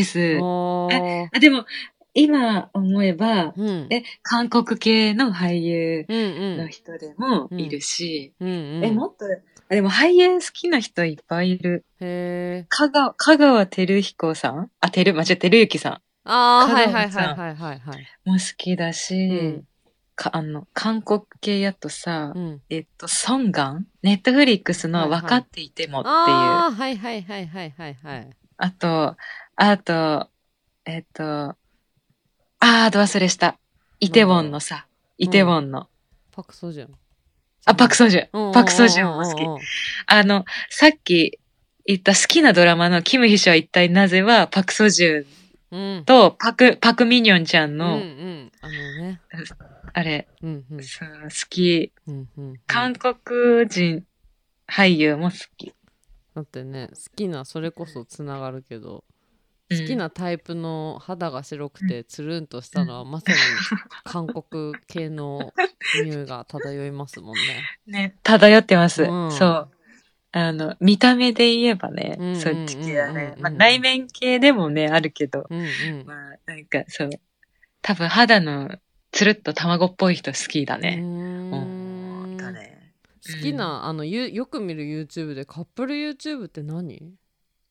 S2: あ、
S1: おー。
S2: あでも、今思えば、
S1: うん。
S2: え、韓国系の俳優
S1: うんう
S2: の
S1: ん。
S2: 人でもいる
S1: うん。
S2: し、
S1: うん
S2: え、
S1: うん。
S2: もっと、あでも俳優好きな人いっぱいいる。
S1: へー。
S2: 香川、香川照彦さんあ、てる、間違え、照之さん。
S1: あー、
S2: 香
S1: はいはいはい
S2: 川さ
S1: はいはいはい。
S2: んも好きだし、
S1: うん。
S2: か、あの、韓国系やとさ、
S1: うん。
S2: えっと、ソンガンネットフリックスの分か
S1: はいはい。
S2: っていてもっていう。
S1: あー、はいはいはいはいはいはい。
S2: あと、あと、えっと、あー、あと忘れした。イテウ
S1: なんだろ
S2: ォンのさ、イ
S1: う。うん。
S2: テウォンの。
S1: パクソジュン。じ
S2: あ、
S1: ゃない。
S2: パクソジュン。
S1: うんう
S2: パクソジュンも好き。
S1: んうんうんうんうん。
S2: あの、さっき言った好きなドラマのキム秘書は一体なぜはパクソジュン
S1: うん。
S2: とパク、パクミニョンちゃん
S1: うんう
S2: の、
S1: ん。あのね。
S2: あれ、
S1: うんうん。
S2: そう好き。
S1: うんうんうん。
S2: 韓国人俳優も好き。
S1: だってね、好きな、それこそつながるけど、好き
S2: うん。
S1: なタイプの肌が白く
S2: うん。
S1: てつるんとし
S2: うん。
S1: たのはまさに韓国系の匂いが漂いますもんね。
S2: ね、漂ってま
S1: う
S2: す。そ
S1: ん。
S2: う。あの、見た目で言えばね、
S1: うんうん
S2: そっち系だね。まあ、
S1: うんうん
S2: 内面系でもね、あるけど、
S1: うん。うんうん。
S2: まあ、なんかそう。多分肌のつるっと卵っぽい人好きだ
S1: うー
S2: ね。おー、だ
S1: ん。
S2: ね。
S1: 好
S2: うん。
S1: きな、あの、ゆよく見る YouTube でカップル YouTube って何？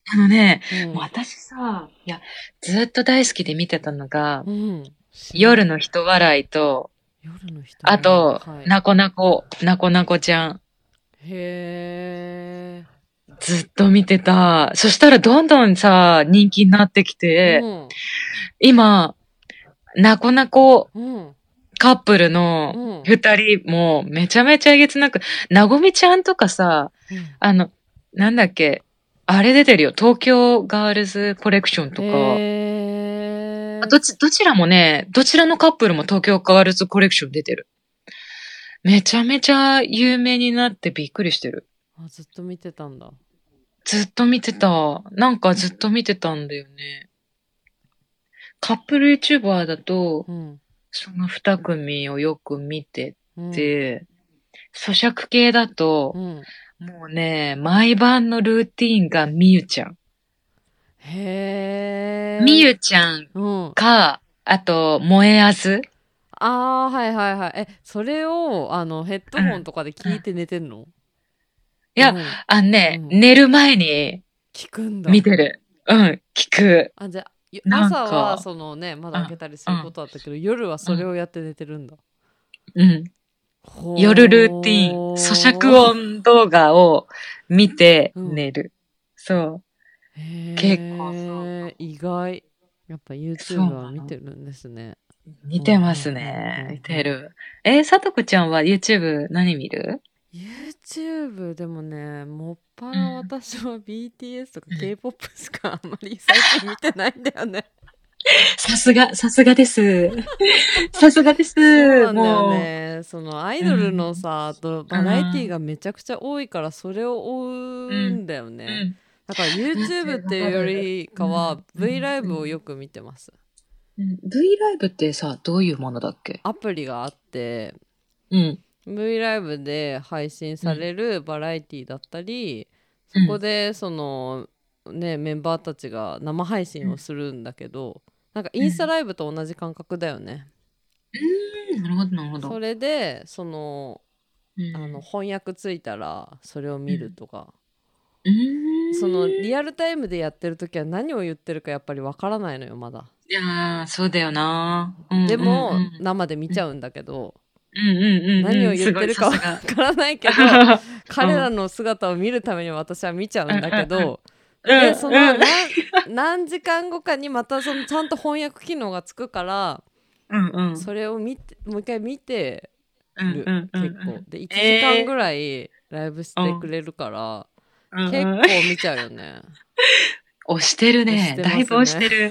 S2: あのね、
S1: うん
S2: もう私さ、いや、ずっと大好きで見てたのが、
S1: うん。
S2: 夜の人笑いと、
S1: 夜の人
S2: あと、
S1: はい、
S2: なこなこ、なこなこちゃん。
S1: へー。
S2: ずっと見てた。そしたらどんどんさ、人気になってきて、
S1: うん。
S2: 今、なこなこ
S1: うん。
S2: カップルの
S1: うん。
S2: 二人もめちゃめちゃえげつなく、なごみちゃんとかさ、
S1: うん
S2: あの、なんだっけ、あれ出てるよ。東京ガールズコレクションとか。
S1: へー。
S2: どち、どちらもね、どちらのカップルも東京ガールズコレクション出てる。めちゃめちゃ有名になってびっくりしてる。
S1: あ、ずっと見てたんだ。
S2: ずっと見てた。なんかずっと見てたんだよね。カップル YouTuber だと
S1: う、ん。
S2: その二組をよく見て
S1: うん。
S2: て、咀嚼系だと
S1: う、ん。
S2: もうね、毎晩のルーティーンがみゆちゃん。
S1: へー。
S2: みゆちゃん
S1: うん。
S2: か、あと、萌えあず。
S1: あー、はいはいはい。え、それを、あの、ヘッドホンとかで聞いて寝てんの？
S2: いや、
S1: うん
S2: あのね、
S1: うん
S2: 寝る前に
S1: 聞くんだ。
S2: 見てる。うん、聞く。
S1: あ、じゃあ、ゆ
S2: なんか
S1: 朝は、そのね、まだ開けたりすることだったけど、夜はそれをやって寝てるんだ。
S2: うん。
S1: ほー
S2: 夜ルーティーン、咀嚼音動画を見て寝る。そう。
S1: へー
S2: 結構そう
S1: 意外。やっぱ YouTube は見てるんですね。
S2: 見てます
S1: うんうんうんうん。
S2: ね見てる。えー、さとこちゃんは YouTube 何見る？
S1: YouTube でもね、もっぱら私は ビーティーエス とか K-ポップ しかあんまり最近見てないんだよね。
S2: さすが、さすがです。さすがです。
S1: そうなんだよ
S2: もう。
S1: ね。そのアイドルのさ、あとバラエティがめちゃくちゃ多いからそれを追うんだよね。
S2: うん。
S1: だから YouTube っていうよりかは V ライブをよく見てます。
S2: うん V ライブってさ、どういうものだっけ？
S1: アプリがあって、
S2: うん。
S1: V ライブで配信されるバラエティだったり、そこでそのねメンバーたちが生配信をするんだけど、なんかインスタライブと同じ感覚だよね。
S2: うん、なるほど、なるほど。
S1: それでその
S2: うん
S1: あの翻訳ついたらそれを見るとか、
S2: うーん。
S1: そのリアルタイムでやってる時は何を言ってるかやっぱりわからないのよまだ。
S2: いやー、そうだよな。うん
S1: でも、
S2: うんうん、
S1: 生で見ちゃうんだけど、
S2: うんうんうんうん、
S1: 何を言ってるかわ
S2: すごいさ
S1: からないけど
S2: すが
S1: 彼らの姿を見るために私は見ちゃうんだけど、
S2: うん
S1: でその
S2: うん
S1: 何何時間後かにまたそのちゃんと翻訳機能がつくから
S2: うんうん
S1: それを見てもう一回見てる、
S2: うんうんうん
S1: 結構でいちじかんぐらいライブしてくれるから、
S2: うんうん
S1: 結構見ちゃうよね。
S2: 押してるね。
S1: 押してますね
S2: だいぶ押してる。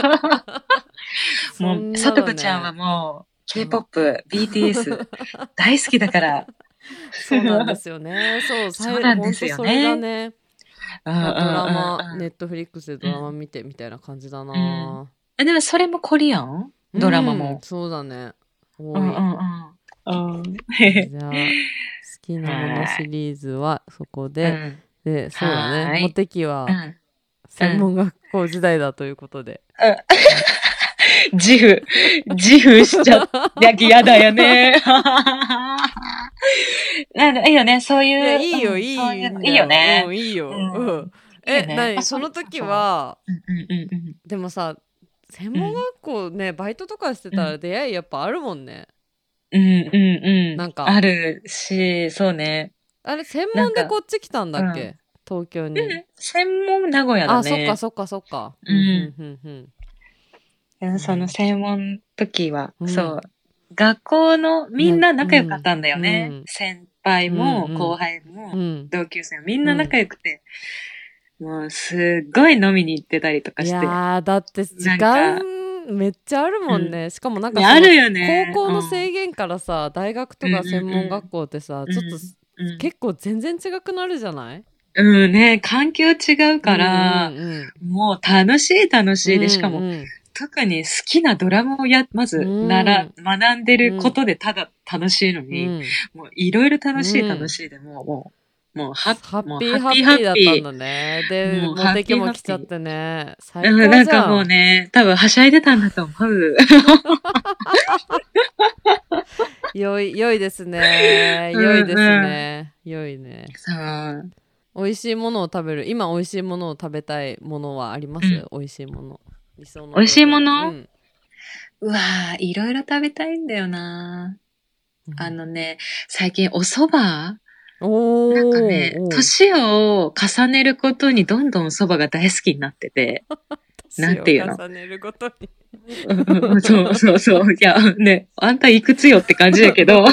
S2: もう、
S1: そんなのね
S2: さとこちゃんはもう、K-ポップ、ビーティーエス 大好きだから。
S1: そうなんですよね。そう、
S2: そうなんですよね
S1: ほんとそれだね。
S2: うんうんうんうん
S1: ドラマ、ネットフリックスでドラマ見てみたいな感じだな。
S2: えでもそれもコリアンドラマ
S1: うん
S2: も。
S1: そうだね。多い。
S2: うんうんうん。うん
S1: じゃあ、好きなものシリーズはそこで、
S2: うん
S1: で、そうだ
S2: は
S1: ね。
S2: ーい
S1: モテ期は
S2: うん
S1: 専門学校時代だということで。
S2: 自負、自負しちゃったきやだよね。なんだいいよね、そういう。
S1: いや、いいよ、
S2: うん
S1: いい
S2: そういうの
S1: んだ
S2: いいよね。
S1: うん、いいよ。
S2: うん
S1: うん。
S2: いいよ
S1: え、なに
S2: ねあ
S1: その時は、
S2: うんうんうんうん。
S1: でもさ、専門学校ね、バイトとかしてたら出会いやっぱあるもんね。
S2: うんうんうん。
S1: なんか
S2: あるし、そうね。
S1: あれ、専門でこっち来たんだっ
S2: なん
S1: け？東京に。
S2: うん専門名古屋だ
S1: あ、そっ
S2: ね。
S1: かそっかそっか。
S2: うん
S1: うんうんうん
S2: うんその専門時は、
S1: うん
S2: そう。学校のみんな仲良かったんだよね。
S1: うん
S2: 先輩も
S1: うんうん
S2: 後輩も、
S1: うん。うん。
S2: 同級生もみんな仲良くて、もうすっごい飲みに行ってたりとか
S1: い
S2: して。
S1: やー、だって時
S2: なん
S1: 間
S2: か
S1: めっちゃあるもんね。しかもなんか
S2: ね
S1: その
S2: あるよね。
S1: 高校の制限からさ、大学とか専門学校ってさ、
S2: うん
S1: ちょっと
S2: うんうん
S1: 結構全然違くなるじゃない？
S2: うんね、環境違うから、
S1: うんうん
S2: もう楽しい楽しいで、しかも、
S1: うんうん
S2: 特に好きなドラマをや、まず、
S1: うん
S2: なら、学んでることでただ楽しいの
S1: う
S2: に、
S1: ん
S2: もういろいろ楽しい
S1: うん
S2: 楽しいで、もう、もう、もう、ハ
S1: ハ
S2: もう
S1: ッピーハッピーだったんだね。で、
S2: もう
S1: モテ期も来ちゃってね。最高
S2: うん
S1: じゃん。
S2: なんかもうね、多分はしゃいでたんだと思う。
S1: 良い、良いですね。
S2: うん
S1: 良いですね。良いね。
S2: そう。
S1: 美味しいものを食べる、今美味しいものを食べたいものはあります？
S2: うん
S1: 美味しいもの、理想の
S2: 美味しいも
S1: う
S2: の、
S1: ん
S2: うわー、いろいろ食べたいんだよな。
S1: うん
S2: あのね、最近お蕎麦
S1: おー
S2: なんかね、
S1: おー
S2: 年を重ねることにどんどん蕎麦が大好きになってて、なんていうの
S1: 年を重ねるごとに
S2: うんうんそうそうそう。いや、ね、あんたいくつよって感じだけど、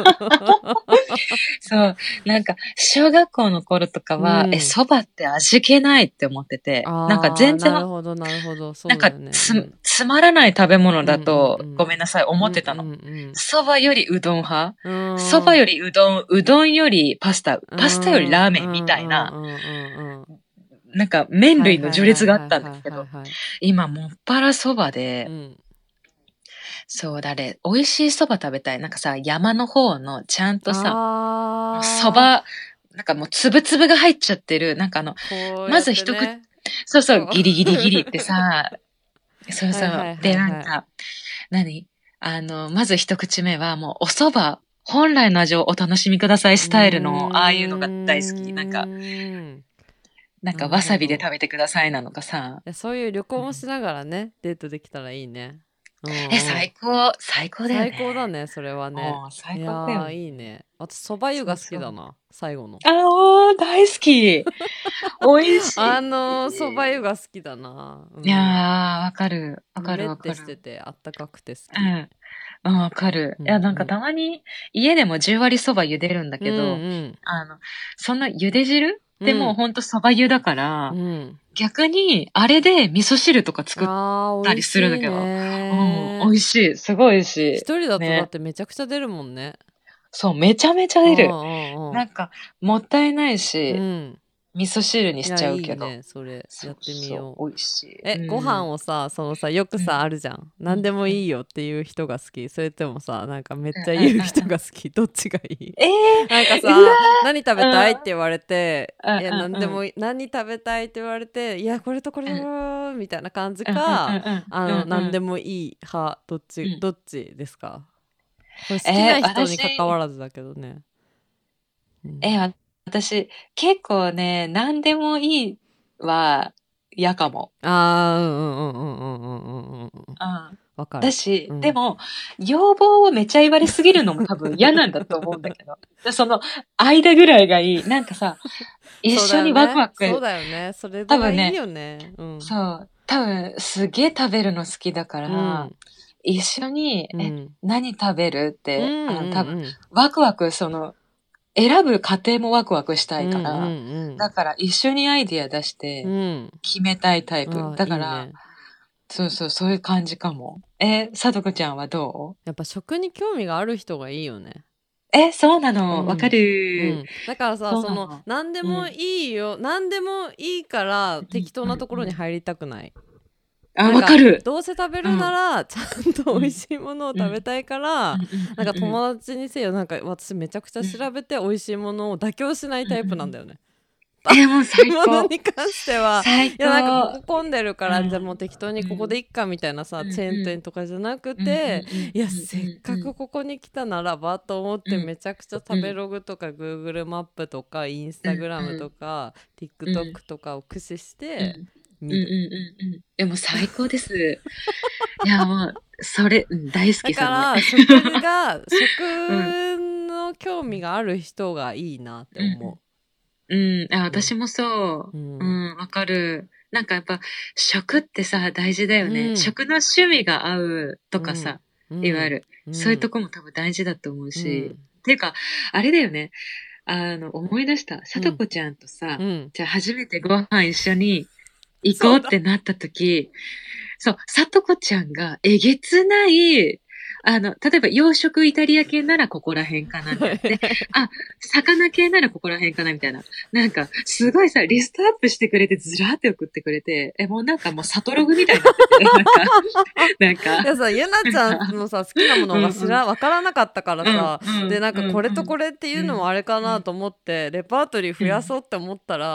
S2: そう、なんか、小学校の頃とかは、
S1: うん
S2: え、蕎麦って味気ないって思ってて、なんか
S1: あー
S2: 全然、
S1: なるほどなるほど、そ
S2: なんか
S1: うだよね、
S2: つ、つまらない食べ物だと、
S1: うんうんうん
S2: ごめんなさい、思ってたの。
S1: うんうん
S2: 蕎麦よりうどん派
S1: うん
S2: 蕎麦よりうどん、うどんよりパスタ、パスタよりラーメンみたいな、
S1: うんうんうんうん
S2: なんか麺類の序列があったんだけど
S1: はいはいはいはいはいはい、
S2: 今もっぱら蕎麦で、
S1: うん
S2: そうだね、美味しい蕎麦食べたい。なんかさ、山の方のちゃんとさ、
S1: あ
S2: 蕎麦、なんかもうつぶつぶが入っちゃってる、なんかあの、
S1: こうやって
S2: まず一口、
S1: ね
S2: そうそう、
S1: こう
S2: ギリギリギリってさ、そうそう、
S1: はいはいはいはい
S2: で、なんか、何あの、まず一口目はもうお蕎麦、本来の味をお楽しみくださいスタイルの、ああいうのが大好き。なんか、
S1: うーん
S2: なんか
S1: なるほど
S2: わさびで食べてくださいなのかさ。
S1: いやそういう旅行もしながらね、デートできたらいいね。うんうん
S2: え、最高、最高だよね。
S1: 最高だねそれはね。
S2: うん最
S1: いや
S2: 高だよね。
S1: ーいいね。私そば湯が好きだな、最後の。
S2: あー、大好き。美味しい。
S1: あのそば湯が好きだな。うん
S2: いやー、わかる。わか
S1: ぬめ
S2: るわかる。
S1: ってしててあったかくて好き。
S2: うん。うん、わかる。
S1: うん
S2: いや、なんかたまに家でもじゅう割そば茹でるんだけど、
S1: うんうん
S2: あの、その茹で汁ってもう
S1: うん
S2: ほんとそば湯だから、
S1: うん
S2: 逆にあれで味噌汁とか作っ
S1: あー
S2: たりするんだけど、
S1: 美味しいね
S2: うん、美味しい。すごい美味しい。
S1: 一人だと
S2: ね
S1: だってめちゃくちゃ出るもんね。
S2: そう、めちゃめちゃ出る。
S1: うんうんうん
S2: なんか、もったいない
S1: う
S2: し、
S1: ん
S2: 味噌汁に
S1: い
S2: し
S1: やいい
S2: ちゃうけど。
S1: ねそれ
S2: そう
S1: やってみよう。
S2: そう、美味しい。
S1: え、
S2: うん
S1: ご飯をさそのさよくさ、
S2: うん
S1: あるじゃん、何でもいいよっていう人が好き、それともさなんかめっちゃ言う人が好き、どっちがいい？
S2: えー、
S1: なんかさ
S2: うわ
S1: 何食べたいって言われて、
S2: うん
S1: いや
S2: うんうん
S1: 何でもいい、何食べたいって言われて、いやこれとこれとみたいな感じ
S2: うんうん
S1: か、
S2: うんうん
S1: あの
S2: うんうん
S1: 何でもいい派、どっち、
S2: うん
S1: どっちですか？これ好きな人に
S2: えー私
S1: 関わらずだけどね、うん
S2: え、わ私、結構ね、何でもいいは嫌かも。
S1: あーうんうんうんうんうんうんうんうん
S2: うん。
S1: わかる。
S2: だし、
S1: うん
S2: でも、要望をめっちゃ言われすぎるのも多分嫌なんだと思うんだけど。でその、間ぐらいがいい。なんかさ、一緒にワクワク。
S1: そうだよねそれがいいよね。うん
S2: そう。多分、すげえ食べるの好きだから、
S1: うん
S2: 一緒に、え、
S1: うん
S2: 何食べるって、
S1: うん
S2: あの多分、
S1: うん
S2: ワクワク、その、選ぶ過程もワクワクしたいから、
S1: うんうん
S2: だから一緒にアイディア出して
S1: うんうん
S2: 決めたいタイプ。
S1: あー
S2: だから
S1: いいね、
S2: そうそう、そういう感じかも。え、さとこちゃんはど
S1: やっぱ食に興味がある人がいいよね。
S2: うえ、そうな
S1: う
S2: の。
S1: ん
S2: わか
S1: う
S2: る
S1: ん。だからさそ
S2: そうなの
S1: の何でもいいよ、何でもいいから適当なところに入りたくない。
S2: あ、
S1: なん
S2: わかる。
S1: どうせ食べるならちゃんと美味しいものを食べたいから、なんか友達にせよ、なんか私めちゃくちゃ調べて美味しいものを妥協しないタイプなんだよね。
S2: え、もう最
S1: もの
S2: 高。
S1: に関しては
S2: 最
S1: いやなんか
S2: 高。
S1: ここ混んでるから、
S2: うん
S1: じゃあもう適当にここでいっかみたいなさ、
S2: うん
S1: チェーン店とかじゃなく
S2: うん
S1: て、
S2: うんうん
S1: いやせっかくここに来たならばと思って
S2: うん
S1: めちゃくちゃ食べログとか Google マップとか Instagram とか TikTok とかを駆使して
S2: うん
S1: 見る。
S2: うんうんうん。でも最高です。いや、もう、それ、うん大好き
S1: だから
S2: そ
S1: 食が食の興味がある人がいいなって思
S2: れうん、あ、私もそう。
S1: う。う
S2: うんん、わかる。なんかやっぱ、食ってさ、大事だよね。
S1: うん
S2: 食の趣味が合うとかさ、いわゆる、そういうとこも多分大事だと思うし。
S1: うん
S2: ていうか、あれだよね。あの、思い出した。さとこちゃんとさ、
S1: うん
S2: じゃあ初めてご飯一緒に行こうってなった時、そう、さとこちゃんがえげつない、あの、例えば洋食イタリア系ならここら辺かなみたいな。で、あ、魚系ならここら辺かなみたいな。なんか、すごいさ、リストアップしてくれてずらーって送ってくれて、え、もうなんかもうサトログみたいになってて、なんか、なん
S1: い
S2: か、
S1: やさゆなちゃんのさ好きなものが知ら分からなかったからさ、
S2: うんうん
S1: でなんかこれとこれっていうのもあれかなと思って、レパートリー増やそうって思ったら、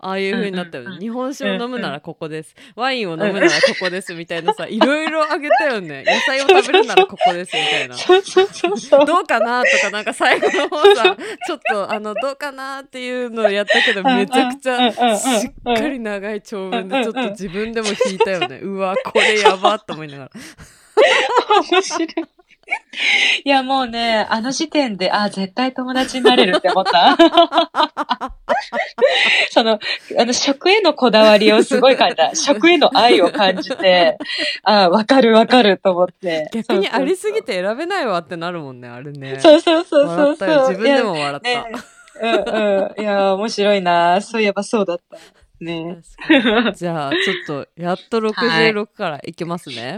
S1: ああいう風になったよね、
S2: うんうんうん、
S1: 日本酒を飲むならここです、ワインを飲むならここですみたいなさ、いろいろあげたよね。野菜を食べるならここですみたいな。
S2: そうそうそうそう。
S1: どうかなとか、なんか最後の方さ、ちょっとあのどうかなっていうのをやったけど、めちゃくちゃしっかり長い長文でちょっと自分でも引いたよね。うわ、これやばっと思いながら。
S2: 面白い。いや、もうね、あの時点で、あ、絶対友達になれるって思った。その、あの、食へのこだわりをすごい感じた。食への愛を感じて、あ、わかるわかると思って。
S1: 逆にありすぎて選べないわってなるもんね、あれね。
S2: そうそうそうそうそう。
S1: 笑ったよ。自分でも笑った。
S2: ね、うんうん。いや、面白いな。そういえばそうだった。ね。
S1: じゃあ、ちょっと、やっとろくじゅうろくからいきますね。はい、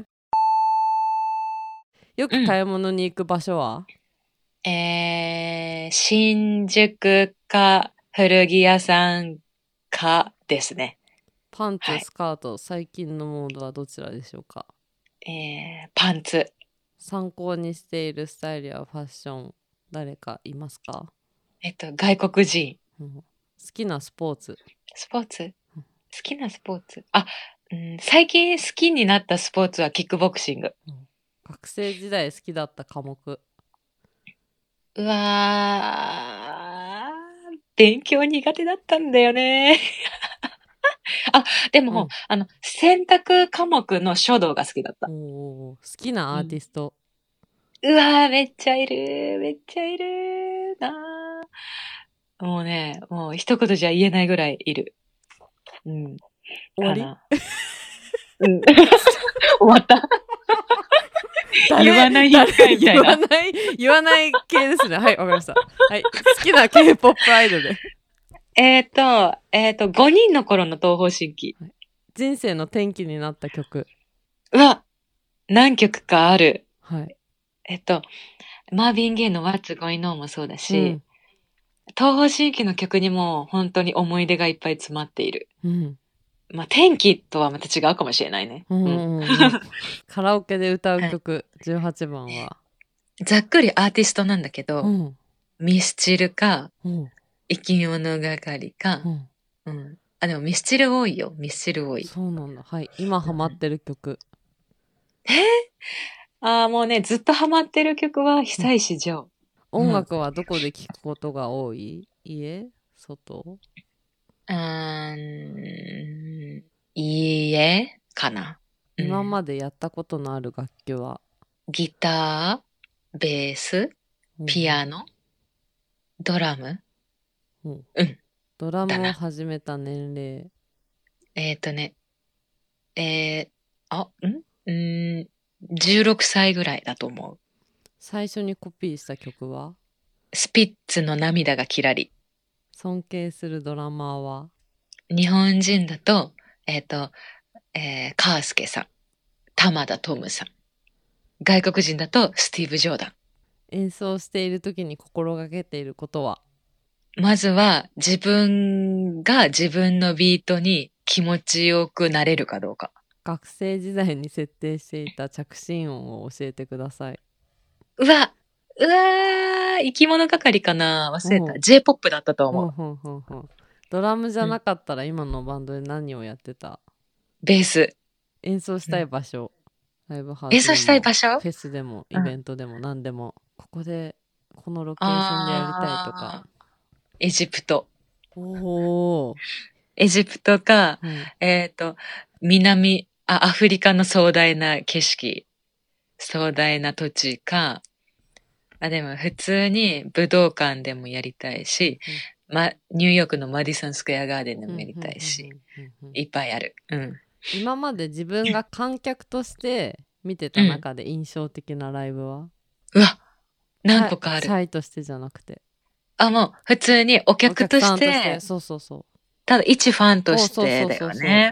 S1: よく買い物に行く場所は、
S2: うん、えー、新宿か古着屋さんかですね。
S1: パンツ、スカート、はい、最近のモードはどちらでしょうか。
S2: えー、パンツ。
S1: 参考にしているスタイルやファッション、誰かいますか。
S2: えっと、外国人。
S1: うん、好きなスポーツ。
S2: スポーツ、うん、好きなスポーツ。あ、うん、最近好きになったスポーツはキックボクシング。
S1: うん、学生時代好きだった科目。
S2: うわー、勉強苦手だったんだよね。あ、でも、うん、あの、選択科目の書道が好きだった。
S1: おー、好きなアーティスト。
S2: うん、うわー、めっちゃいる、めっちゃいるなー。もうね、もう一言じゃ言えないぐらいいる。うん。
S1: 終わり
S2: うん。終わった言わないみたいな。
S1: 言わない、言わない系ですね。はい、わかりました。はい。好きな K-ポップ アイドル。
S2: えっと、えっと、ごにんの頃の東方神起。
S1: 人生の転機になった曲。
S2: うわ、何曲かある。
S1: はい。
S2: えっと、マーヴィン・ゲイの What's Going On もそうだし、うん、東方神起の曲にも本当に思い出がいっぱい詰まっている。うん。まあ、天気とはまた違うかもしれないね。うんうんうん、
S1: カラオケで歌う曲、はい、じゅうはちばんは。
S2: ざっくりアーティストなんだけど、うん、ミスチルか、うん、生き物係か、うんうん、あ、でもミスチル多いよ。ミスチル多い。
S1: そうなんだ。はい。今ハマってる曲。
S2: うん、えー、ああ、もうね、ずっとハマってる曲は久石譲。
S1: うん、音楽はどこで聴くことが多い？家？外？
S2: うーん、家かな。
S1: 今までやったことのある楽器は、
S2: うん、ギター、ベース、ピアノ、うん、ドラム、
S1: うん、うん。ドラムを始めた年齢。
S2: えっ、ー、とね、えー、あ、んうん、じゅうろくさいぐらいだと思う。
S1: 最初にコピーした曲は？
S2: スピッツの涙がキラリ。
S1: 尊敬するドラマーは？
S2: 日本人だと、えっ、ー、と、えー、カースケさん、玉田トムさん。外国人だとスティーブ・ジョーダン。
S1: 演奏している時に心がけていることは？
S2: まずは自分が自分のビートに気持ちよくなれるかどうか。
S1: 学生時代に設定していた着信音を教えてください。
S2: うわうわー生き物係かな忘れた。J-ポップ だったと思う。
S1: ほんほんほん。ドラムじゃなかったら今のバンドで何をやってた？
S2: ベース。
S1: 演奏したい場所。うん、ライブハウス。
S2: 演奏したい場所？
S1: フェスでもイベントでも何でも、うん、ここでこのロケーションでやりたいとか。
S2: エジプト。
S1: おー。
S2: エジプトか、うん、えっと、南、あ、アフリカの壮大な景色、壮大な土地か、あ、でも普通に武道館でもやりたいし、うん、ま、ニューヨークのマディソンスクエアガーデンでもやりたいし、いっぱいある。うん。
S1: 今まで自分が観客として見てた中で印象的なライブは？うん、
S2: うわ何個かある。
S1: チャイとしてじゃなくて。
S2: あ、もう普通にお客として。
S1: としてそうそうそう。
S2: ただ一ファンとしてだよね。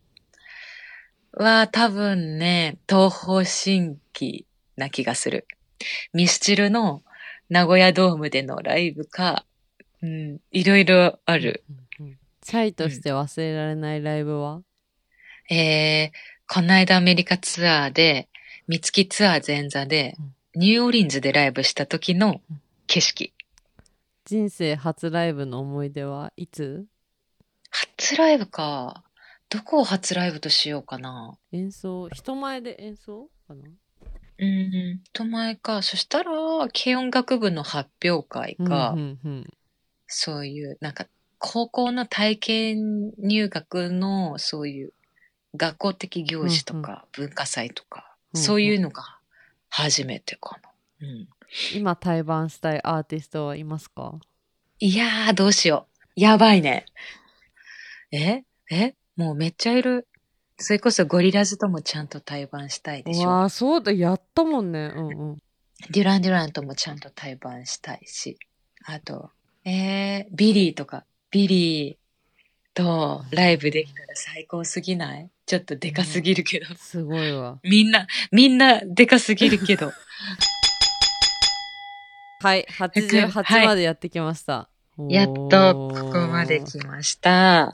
S2: は多分ね、東方神起な気がする。ミスチルの名古屋ドームでのライブか、うん、いろいろある。
S1: うんうんうん、チャイとして忘れられないライブは？
S2: うん、えー、この間アメリカツアーで、三月ツアー前座で、うん、ニューオーリンズでライブした時の景色。
S1: 人生初ライブの思い出はいつ？
S2: 初初ライブか。どこを初ライブとしようかな。
S1: 演奏、人前で演奏かな。
S2: うん、人前か。そしたら、軽音楽部の発表会
S1: うん
S2: か、
S1: うんうん
S2: そういう、なんか、高校の体験入学の、そういう、学校的行
S1: うんうん
S2: 事とか、文化祭とか、そう
S1: うんうん。
S2: いうのが初めてかな。うん。
S1: 今対バンしたいアーティストはいますか？
S2: いやー、どうしよう。やばいね。ええもうめっちゃいる。それこそゴリラズともちゃんと対バンしたいでしょ。
S1: うわあ、そうだ、やったもんね。うんうん。
S2: デュラン・デュランともちゃんと対バンしたいし。あと、えー、ビリーとか、ビリーとライブできたら最高すぎない？ちょっとでかすぎるけど。
S1: すごいわ。
S2: みんな、みんなでかすぎるけど。
S1: はい、
S2: 服、
S1: はちじゅうはち
S2: はい。
S1: までやってきました。
S2: やっとここまで
S1: おー。
S2: 来ました。